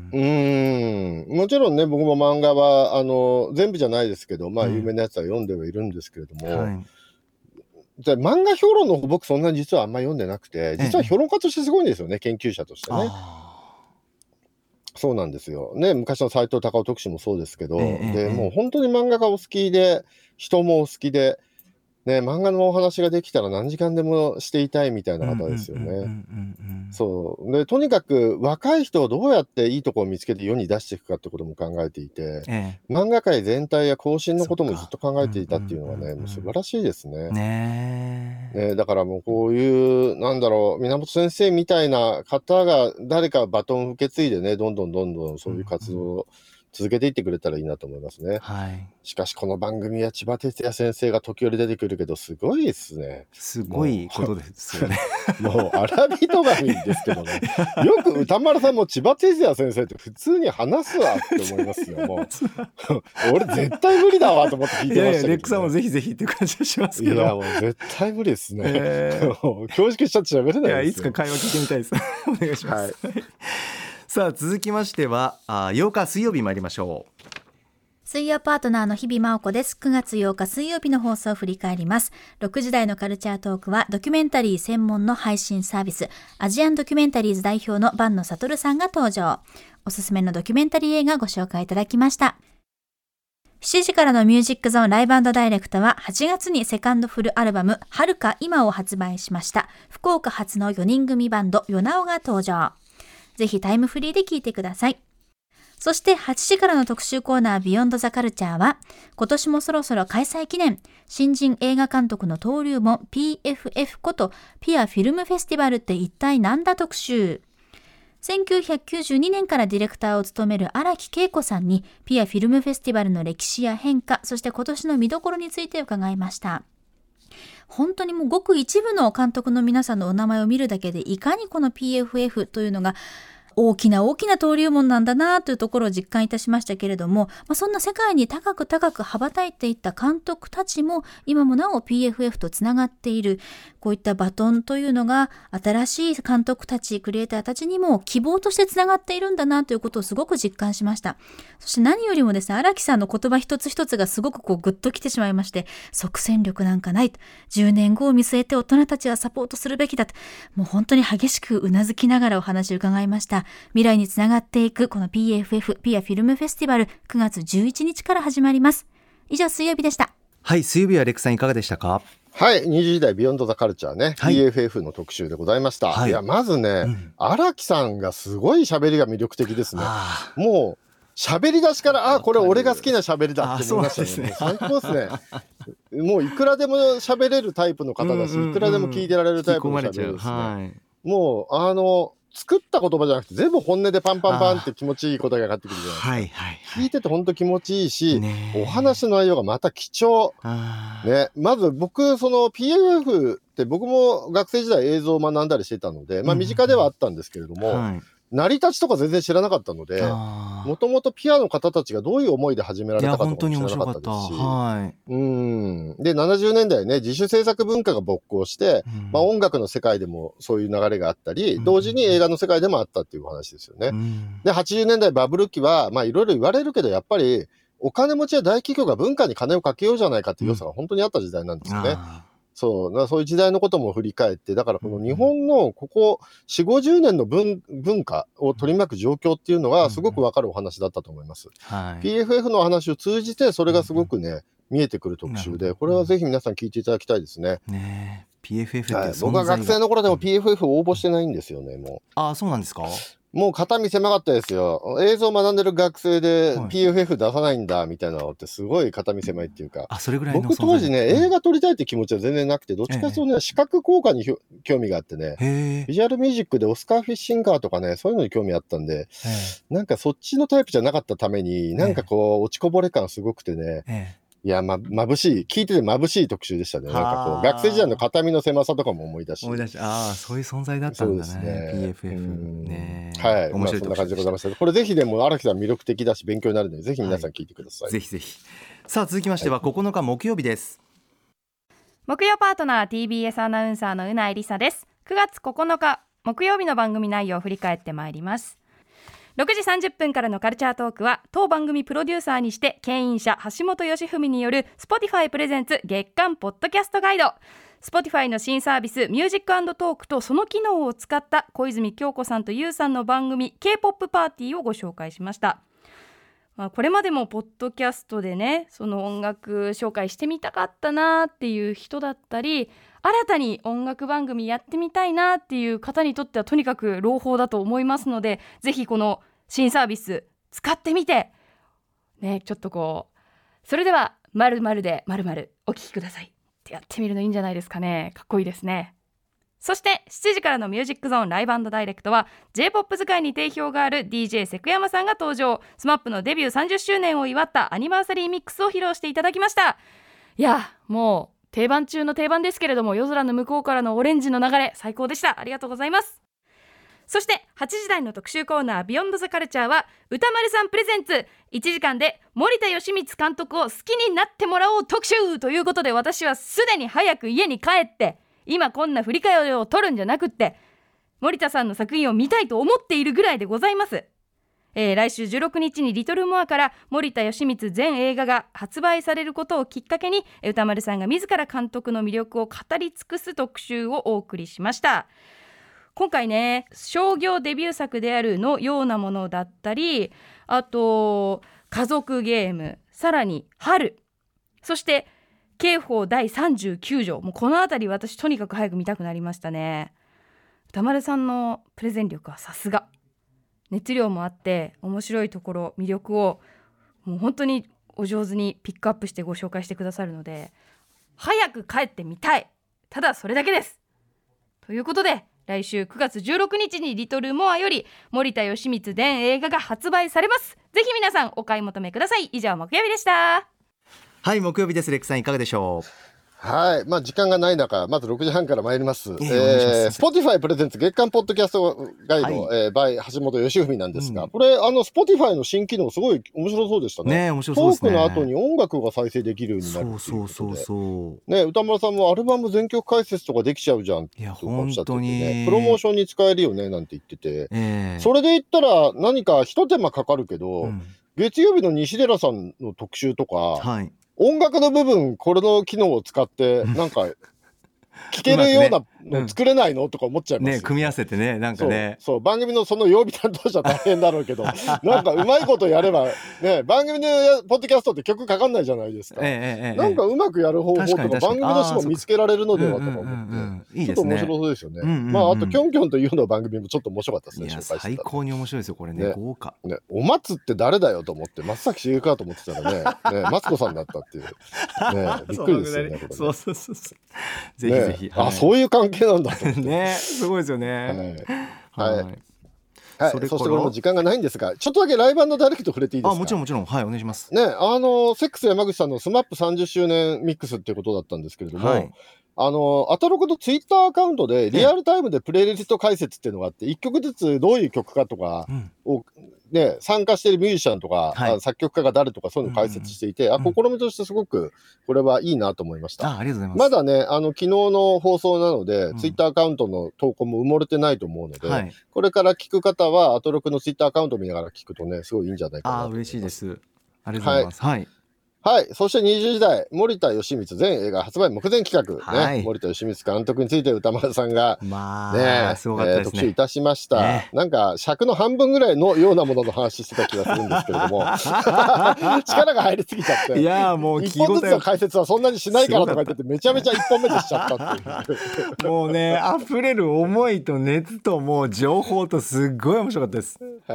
うんもちろんね僕も漫画はあの全部じゃないですけど、まあ有名なやつは読んではいるんですけれども、うんはい、 じゃ漫画評論の方僕そんなに実はあんま読んでなくて、実は評論家としてすごいんですよね、研究者としてね。そうなんですよ。ね、昔の斎藤隆夫特集もそうですけど、
ええ、
で、もう本当に漫画がお好きで、人もお好きで、ね、漫画のお話ができたら何時間でもしていたいみたいな方ですよね。そう。で、とにかく若い人をどうやっていいところを見つけて世に出していくかってことも考えていて、ええ、漫画界全体や更新のこともずっと考えていたっていうのはね、もう素晴らしいですね。
ね
ね、だからもうこういう、なんだろう、源先生みたいな方が誰かバトンを受け継いでね、どんどんどんどんそういう活動を続けていってくれたらいいなと思いますね。
はい、
しかしこの番組は千葉哲也先生が時折出てくるけどすごいですね。
すごいことですよね。
もう荒人神ですけどね。よく歌丸さんも千葉哲也先生って普通に話すわって思いますよ。もう俺絶対無理だわと思って聞いてましたけど、ね。いやいや
レックさんもぜひぜひって感じがしますけど。
いやもう絶対無理ですね。えー、恐縮しちゃって喋れないですよ。いや
いつか会話聞いてみたいです。お願いします。はい、さあ続きましてはあようか水曜日参りましょう。
水曜パートナーの日々真央子です。くがつようか水曜日の放送を振り返ります。ろくじ台のカルチャートークはドキュメンタリー専門の配信サービスアジアンドキュメンタリーズ代表の坂野悟さんが登場。おすすめのドキュメンタリー映画をご紹介いただきました。しちじからのミュージックゾーンライブ&ダイレクトははちがつにセカンドフルアルバム遥か今を発売しました。福岡発のよにん組バンドヨナオが登場。ぜひタイムフリーで聴いてください。そしてはちじからの特集コーナービヨンドザカルチャーは今年もそろそろ開催記念新人映画監督の登竜門 ピーエフエフ ことピアフィルムフェスティバルって一体なんだ特集。せんきゅうひゃくきゅうじゅうにねんからディレクターを務める荒木恵子さんにピアフィルムフェスティバルの歴史や変化、そして今年の見どころについて伺いました。本当にもうごく一部の監督の皆さんのお名前を見るだけでいかにこの ピーエフエフ というのが大きな大きな登竜門なんだなというところを実感いたしましたけれども、まあ、そんな世界に高く高く羽ばたいていった監督たちも今もなお ピーエフエフ とつながっている。こういったバトンというのが新しい監督たちクリエイターたちにも希望としてつながっているんだなということをすごく実感しました。そして何よりもですね、荒木さんの言葉一つ一つがすごくこうグッときてしまいまして、即戦力なんかないと、じゅうねんごを見据えて大人たちはサポートするべきだと、もう本当に激しくうなずきながらお話を伺いました。未来につながっていくこの ピーエフエフ ピアフィルムフェスティバルくがつじゅういちにちから始まります。以上水曜日でした。
はい、水曜日はレックさんいかがでしたか？
はい、にじ台ビヨンドザカルチャーね、はい、ピーエフエフ の特集でございました。はい、いやまずね荒、うん、木さんがすごい喋りが魅力的ですね。もう喋り出しからあこれ俺が好きな喋りだって思いましたね。ね最高ですね。もういくらでも喋れるタイプの方だし、うんうんうん、いくらでも聞いてられるタイプの喋りですね。はい、もうあの作った言葉じゃなくて全部本音でパンパンパンって気持ちいい答えが返ってくるじゃないですか。はいはいはい、聞いてて本当気持ちいいし、お話の内容がまた貴重。ね、まず僕その ピーエフエフ って僕も学生時代映像を学んだりしてたので、まあ身近ではあったんですけれども、うんはい、成り立ちとか全然知らなかったので、もともとピアの方たちがどういう思いで始められたかとかも知らなかったですし、はい、うんでななじゅうねんだいね自主制作文化が勃興して、うんまあ、音楽の世界でもそういう流れがあったり、うん、同時に映画の世界でもあったっていう話ですよね。うん、ではちじゅうねんだいバブル期はまあいろいろ言われるけどやっぱりお金持ちや大企業が文化に金をかけようじゃないかっていう要素が本当にあった時代なんですよね。うんそう、そういう時代のことも振り返って、だからこの日本のここよんじゅうごじゅうねんの 文, 文化を取り巻く状況っていうのがすごくわかるお話だったと思います。うんはい、ピーエフエフ の話を通じてそれがすごくね、うん、見えてくる特集で、これはぜひ皆さん聞いていただきたいですね。
ね ピーエフエフ って、はい、
僕は学生の頃でも ピーエフエフ 応募してないんですよね、もう。
ああ、そうなんですか。
もう肩身狭かったですよ。映像を学んでる学生で ピーエフエフ 出さないんだみたいなのってすごい肩身狭いっていうか、
あそれぐらいの
僕当時ね、うん、映画撮りたいって気持ちは全然なくて、どっちかというとね、ええ、視覚効果に興味があってね、ビジュアルミュージックでオスカー・フィッシンガーとかね、そういうのに興味あったんで、なんかそっちのタイプじゃなかったために、なんかこう落ちこぼれ感すごくてね、ええいや、ま、眩しい。聞いてて眩しい特集でしたね。なんかこう、学生時代の肩身の狭さとかも思い出し。
思い出し、ああ、そういう存在だったんだね。そうですね。ピーエフエフ。ね。
はい。面白い、まあ、そんな感じでございました。これぜひでも荒木さん魅力的だし、勉強になるので、ぜひ皆さん聞いてください。
はい、ぜひぜひ。さあ、続きましてはここのか木曜日です。
木曜パートナー ティービーエス アナウンサーのうないりさです。くがつここのか木曜日の番組内容を振り返ってまいります。 ろくじさんじゅっぷんからのカルチャートークは当番組プロデューサーにして牽引者橋本義文による Spotify プレゼンツ月間ポッドキャストガイド。 Spotify の新サービスミュージック&トークとその機能を使った小泉京子さんとゆうさんの番組 K-ポップ パーティーをご紹介しました。まあ、これまでもポッドキャストでねその音楽紹介してみたかったなっていう人だったり、新たに音楽番組やってみたいなっていう方にとってはとにかく朗報だと思いますので、ぜひこの新サービス使ってみてね、ちょっとこうそれでは〇〇で〇〇お聞きくださいってやってみるのいいんじゃないですかね。かっこいいですね。そしてしちじからのミュージックゾーンライブ&ダイレクトは J-ポップ 使いに定評がある ディージェー セクヤマさんが登場。スマップのデビューさんじゅっしゅうねんを祝ったアニバーサリーミックスを披露していただきました。いやもう定番中の定番ですけれども、夜空の向こうからのオレンジの流れ最高でした。ありがとうございます。そしてはちじ台の特集コーナービヨンドザカルチャーは歌丸さんプレゼンツいちじかんで森田義満監督を好きになってもらおう特集ということで、私はすでに早く家に帰って今こんな振り返りを撮るんじゃなくって森田さんの作品を見たいと思っているぐらいでございます。えー、来週じゅうろくにちにリトルモアから森田義満全映画が発売されることをきっかけに歌丸さんが自ら監督の魅力を語り尽くす特集をお送りしました。今回ね商業デビュー作であるのようなものだったり、あと家族ゲーム、さらに春、そして刑法だいさんじゅうきゅう条、もうこのあたり私とにかく早く見たくなりましたね。歌丸さんのプレゼン力はさすが、熱量もあって面白いところ魅力をもう本当にお上手にピックアップしてご紹介してくださるので早く帰ってみたい、ただそれだけです。ということで来週くがつじゅうろくにちにリトルモアより森田義満全映画が発売されます。ぜひ皆さんお買い求めください。以上木曜日でした。
はい、木曜日です。レックさんいかがでしょう。
はい、まあ時間がない中、まずろくじはんから参ります。
えーえー、
Spotify プレゼンツ月間ポッドキャストガイド、はい、えー、by 橋本義文なんですが、うん、これあの Spotify の新機能すごい面白そうでしたね。
ね、面白そうですね。
トークの後に音楽が再生できるようになるっていうことで、そうそうそうそうね、歌丸さんもアルバム全曲解説とかできちゃうじゃんっておっしゃっててね、プロモーションに使えるよねなんて言ってて、えー、それで言ったら何か一手間かかるけど、うん、月曜日の西寺さんの特集とか、はい、音楽の部分これの機能を使ってなんか聴けるようなの作れないの、うん、とか思っちゃいますよね。
ね、組み合わせてね、なんかね、
そう、そう番組のその曜日担当者大変だろうけどなんかうまいことやればね、番組のポッドキャストって曲かかんないじゃないですか、ええええ、なんかうまくやる方法とか番組の人も見つけられるのではとか思って、ちょっと面白そうですよね。まああとキョンキョンというの番組もちょっと面白かったですね。
いや最高に面白いですよこれね、ね、豪華、
ね、お松って誰だよと思って松崎しげるかと思ってたらね、ねマツコさんだったっていう、ね、びっくりですよね。これね、そうそうそうそう、
ぜひぜひ、
ね、はい、あ、そういう関係なんだと思って
ね、すごいですよね。
はい、はいはい、そ, そしてこれも時間がないんですが、ちょっとだけライブ&ダイレクト触れていいですか。
あ、もちろんもちろん、はい、お願いします。
ね、あのセックス山口さんのスマップさんじゅっしゅうねんミックスっていうことだったんですけれども、はい、あのアトロクのツイッターアカウントでリアルタイムでプレイリスト解説っていうのがあって、いっきょくずつどういう曲かとかを、うんね、参加しているミュージシャンとか、はい、作曲家が誰とかそういうのを解説していて、うんうん、あ、試みとしてすごくこれはいいなと思いました。
あ、ありがとうございます。
まだね、あの昨日の放送なので、うん、ツイッターアカウントの投稿も埋もれてないと思うので、はい、これから聞く方はアトロクのツイッターアカウントを見ながら聞くとね、すごいいいんじゃないかなと思います。
あ、嬉しいです。ありがとうございます。はい、はい
はい。そしてにじゅうじ台、森田義満全映画発売目前企画、はい、ね。森田義満監督について歌丸さんが、
ま
あ、
ね、すごかったですね、
えー、特集いたしました、ね。なんか尺の半分ぐらいのようなものの話してた気がするんですけれども、力が入りすぎちゃって、
いやもう
一本ずつの解説はそんなにしないからとか言ってて、めちゃめちゃ一本目でしちゃったっていう。
もうね、溢れる思いと熱ともう情報とすっごい面白かったです。
はい。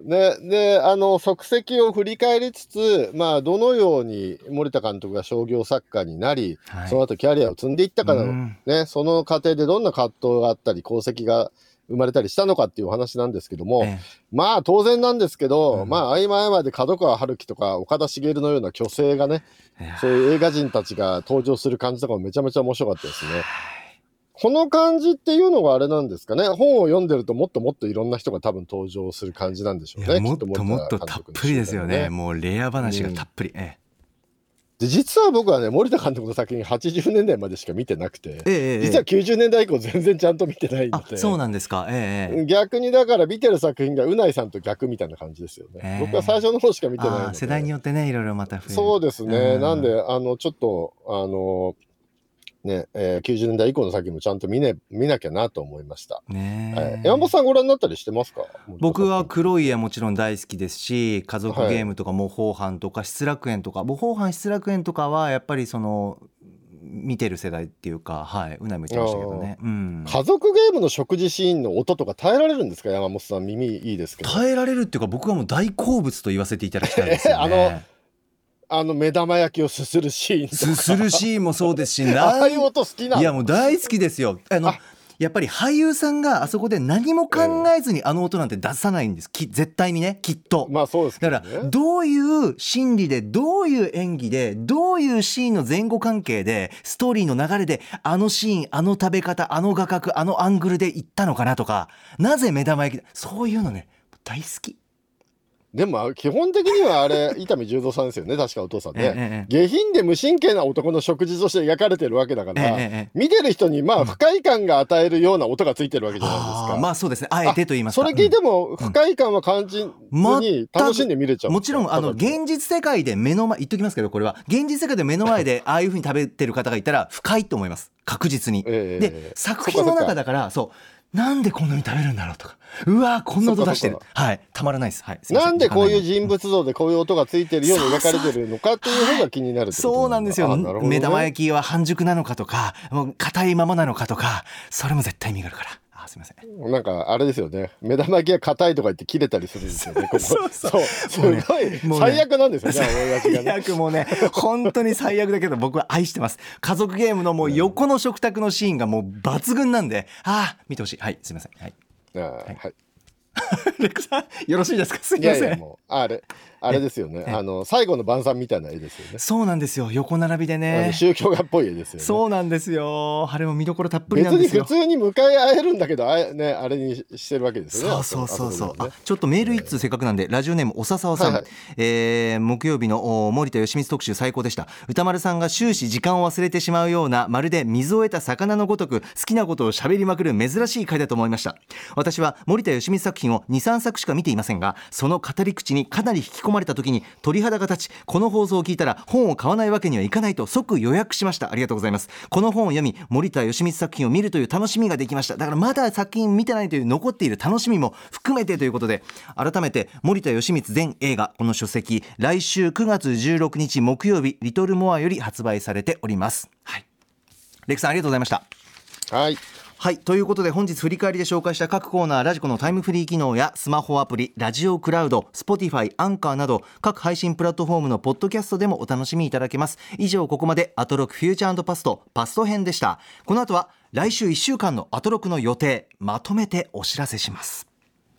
ね、で、あの足跡を振り返りつつ、まあどのように森田監督が商業作家になり、はい、その後キャリアを積んでいったかの、うん、ね、その過程でどんな葛藤があったり功績が生まれたりしたのかっていうお話なんですけども、ええ、まあ当然なんですけど、うん、まあ合間合間で角川春樹とか岡田茂のような巨星がね、そういう映画人たちが登場する感じとかもめちゃめちゃ面白かったですね。この感じっていうのがあれなんですかね、本を読んでるともっともっといろんな人が多分登場する感じなんでしょうね。
もっともっとたっぷりですよね。もうレア話がたっぷり、うん、ええ、
で実は僕はね森田監督の作品はちじゅうねんだいまでしか見てなくて、
ええ、
実はきゅうじゅうねんだい以降全然ちゃんと見てないので。
あ、そうなんですか。ええ、
逆にだから見てる作品がうないさんと逆みたいな感じですよね、
ええ、
僕は最初の方しか見てないので。
世代によってねいろいろまた増える。
そうですね、
うん、
なんであのちょっとあのね、えー、きゅうじゅうねんだい以降の作品もちゃんと見,、ね、見なきゃなと思いました、
ね。
はい、山本さんご覧になったりしてますか？
僕は黒い絵もちろん大好きですし、家族ゲームとか模倣犯とか失楽園とか、模倣犯失楽園とかはやっぱりその見てる世代っていうか、はい、うなみ言ってましたけどね、うん、
家族ゲームの食事シーンの音とか耐えられるんですか？山本さん耳いいですけど。
耐えられるっていうか僕はもう大好物と言わせていただきたいですよね。
あのあの目玉焼きをすするシーンとか、
すするシーンもそうですし
ああいう音好きなの？
いやもう大好きですよ。あのあやっぱり俳優さんがあそこで何も考えずにあの音なんて出さないんです、き絶対にね、きっと。
まあそうですけどね。
だからどういう心理でどういう演技でどういうシーンの前後関係でストーリーの流れであのシーンあの食べ方あの画角あのアングルでいったのかなとか、なぜ目玉焼き、そういうのね大好き。
でも基本的にはあれ伊丹十三さんですよね確かお父さんね、
ええ、
下品で無神経な男の食事として描かれてるわけだから、
ええ、
見てる人にまあ不快感が与えるような音がついてるわけじゃないですか、
あまあそうですね、あえてと言いますか。
それ聞いても不快感は感じずに楽しんで見れちゃう、
もちろんあの現実世界で目の前言っときますけど、これは現実世界で目の前でああいう風に食べてる方がいたら不快と思います、確実に、
ええ、
で作品の中だからそうなんでこんなに食べるんだろうとか、うわこんな音出してる、はい、たまらないです、はい、すいません。
なんでこういう人物像でこういう音がついてるように描かれてるのかっていうのが気になるってこと。
そうなんですよ、
ね、
目玉焼きは半熟なのかとかもう硬いままなのかとか、それも絶対見るから。あすいません、
なんかあれですよね、目玉焼きが硬いとか言って切れたりするんですよねここ
そうそう
すごい、ね、最悪なんですよね、親父がね。
最悪、もうね本当に最悪だけど僕は愛してます。家族ゲームのもう横の食卓のシーンがもう抜群なんで、ああ見てほしい。はいすいません、はい
あはい、
レックさんよろしいですか？すいません。
いやいやもうあれあれですよね、あの最後の晩餐みたいな絵ですよね。
そうなんですよ、横並びでね、
宗教画っぽい絵ですよね。
そうなんですよ、あれも見どころたっぷりなんですよ。
別に普通に向かい合えるんだけど あ,、ね、あれにしてるわけですよね。
そうそうそうそう、
あ, あ、ね、
あちょっとメール一通せっかくなんで、ラジオネームおささわさん、はいはい、えー、木曜日の森田義満特集最高でした。歌丸さんが終始時間を忘れてしまうような、まるで水を得た魚のごとく好きなことを喋りまくる珍しい回だと思いました。私は森田義満作品を にさんさくしか見ていませんが、その語り口にかなり引き込まれた時に鳥肌が立ち、この放送を聞いたら本を買わないわけにはいかないと即予約しました。ありがとうございます。この本を読み森田義満作品を見るという楽しみができました。だからまだ作品見てないという残っている楽しみも含めてということで、改めて森田義満全映画、この書籍来週くがつじゅうろくにち木曜日リトルモアより発売されております。はい、レクさんありがとうございました。
はい
はい、ということで本日振り返りで紹介した各コーナー、ラジコのタイムフリー機能やスマホアプリラジオクラウド、Spotify、アンカーなど各配信プラットフォームのポッドキャストでもお楽しみいただけます。以上、ここまでアトロクフューチャー&パストパスト編でした。この後は来週いっしゅうかんのアトロクの予定まとめてお知らせします。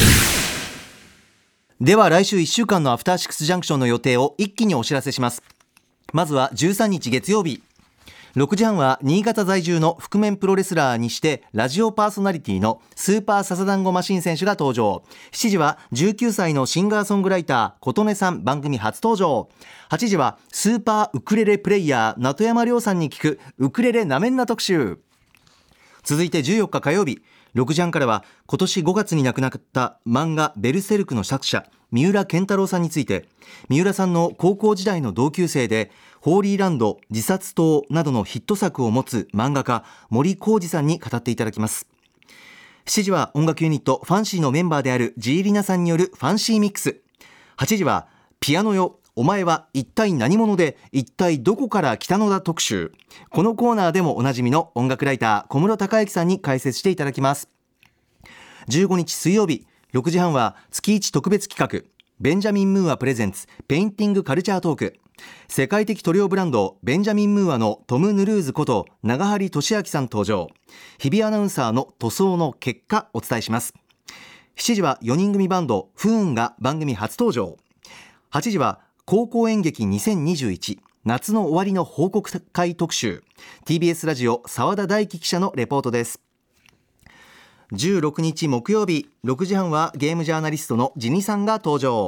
では来週いっしゅうかんのアフターシックスジャンクションの予定を一気にお知らせします。まずはじゅうさんにち月曜日ろくじはんは新潟在住の覆面プロレスラーにしてラジオパーソナリティのスーパーササダンゴマシン選手が登場。しちじはじゅうきゅうさいのシンガーソングライター琴音さん、番組初登場。はちじはスーパーウクレレプレイヤー名戸山亮さんに聞くウクレレなめんな特集。続いてじゅうよっか火曜日ろくじはんからは今年ごがつに亡くなった漫画ベルセルクの作者三浦健太郎さんについて、三浦さんの高校時代の同級生でホーリーランド、自殺島などのヒット作を持つ漫画家森浩二さんに語っていただきます。しちじは音楽ユニットファンシーのメンバーであるジーリナさんによるファンシーミックス。はちじはピアノよお前は一体何者で一体どこから来たのだ特集。このコーナーでもおなじみの音楽ライター小室孝之さんに解説していただきます。じゅうごにち水曜日ろくじはんは月いち特別企画ベンジャミン・ムーアプレゼンツペインティングカルチャートーク。世界的塗料ブランドベンジャミン・ムーアのトム・ヌルーズこと長張俊明さん登場。日比アナウンサーの塗装の結果お伝えします。しちじはよにん組バンドフーンが番組初登場。はちじは高校演劇にせんにじゅういち夏の終わりの報告会特集。 ティービーエス ラジオ澤田大樹記者のレポートです。じゅうろくにち木曜日ろくじはんはゲームジャーナリストのジニさんが登場。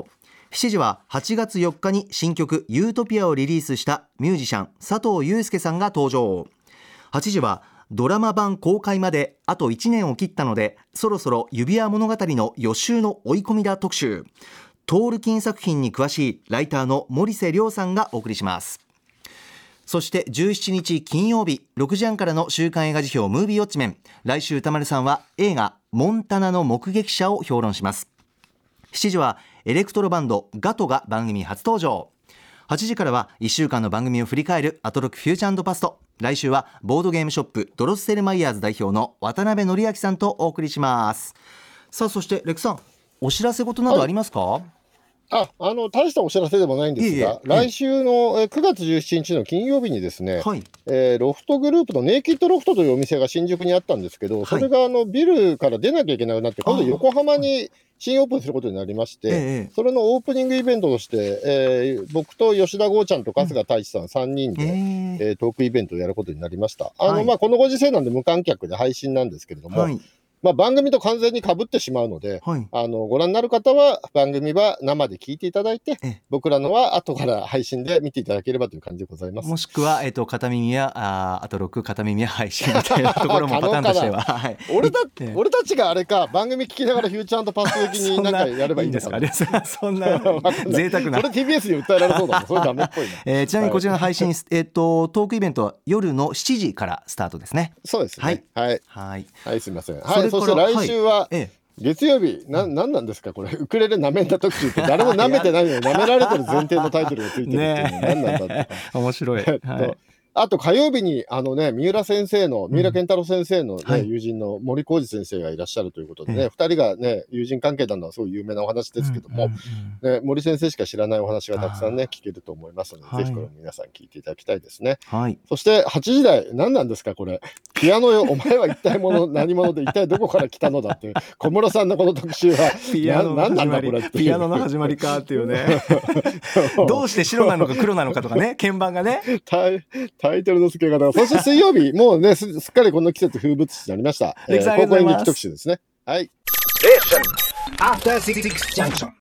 しちじははちがつよっかに新曲ユートピアをリリースしたミュージシャン佐藤祐介さんが登場。はちじはドラマ版公開まであといちねんを切ったので、そろそろ指輪物語の予習の追い込みだ特集。トールキン作品に詳しいライターの森瀬亮さんがお送りします。そしてじゅうしちにち金曜日ろくじはんからの週刊映画辞表ムービーウォッチメン。来週歌丸さんは映画モンタナの目撃者を評論します。しちじはエレクトロバンドガトが番組初登場。はちじからはいっしゅうかんの番組を振り返るアトロクフューチャー&パスト。来週はボードゲームショップドロッセルマイヤーズ代表の渡辺則明さんとお送りします。さあ、そしてレクさん、お知らせ事などありますか？
はい、ああの大したお知らせでもないんですが、いえいえ、来週のくがつじゅうしちにちの金曜日にですね、はい、えー、ロフトグループのネイキッドロフトというお店が新宿にあったんですけど、はい、それがあのビルから出なきゃいけなくなって、今度横浜に新オープンすることになりまして、ええ、それのオープニングイベントとして、えー、僕と吉田剛ちゃんと春日太一さんさんにんで、うん、えー、トークイベントをやることになりました。あの、はい、まあ、このご時世なんで無観客で配信なんですけれども、はい、まあ、番組と完全に被ってしまうので、はい、あのご覧になる方は番組は生で聞いていただいて、僕らのは後から配信で見ていただければという感じでございます。
もしくは、えー、と片耳やああとろく片耳や配信みたいなところもパターンとしては、はい、
俺た俺たちがあれか、番組聞きながらフューチャー&パスト的に何かやればいいんですかね。
そんな贅沢な
それ ティービーエス に訴えられそうだもん。それダメっぽいな、
えー、ちなみにこちらの配信、はい、えー、とトークイベントは夜のしちじからスタートですね。
そうですね、はい
はいはい、
はい、すみません。はい、そして来週は、はい、月曜日、な、なんなんですかこれ、ウクレレなめんだ特集って、誰もなめてないのになめられてる前提のタイトルがついてるっていうのは何なんだって
面白い、はい、
あと火曜日にあのね、三浦先生の三浦健太郎先生の、ね、うん、友人の森浩二先生がいらっしゃるということでね、ふたりがね友人関係なのはすごい有名なお話ですけども、うんうんうん、ね、森先生しか知らないお話がたくさんね聞けると思いますので、はい、ぜひこれ皆さん聞いていただきたいですね、はい、そしてはちじ台、何なんですかこれ、ピアノよお前は一体もの何者で一体どこから来たのだっていう小室さんのこの特集は
ピアノの始まり、ピアノの始まりかっていうねどうして白なのか黒なのかとかね、鍵盤がね
タイ、タイトルの付け方。そして水曜日もうね す, すっかりこの季節風物詩になりました、えー、高校演劇特集ですね。はい。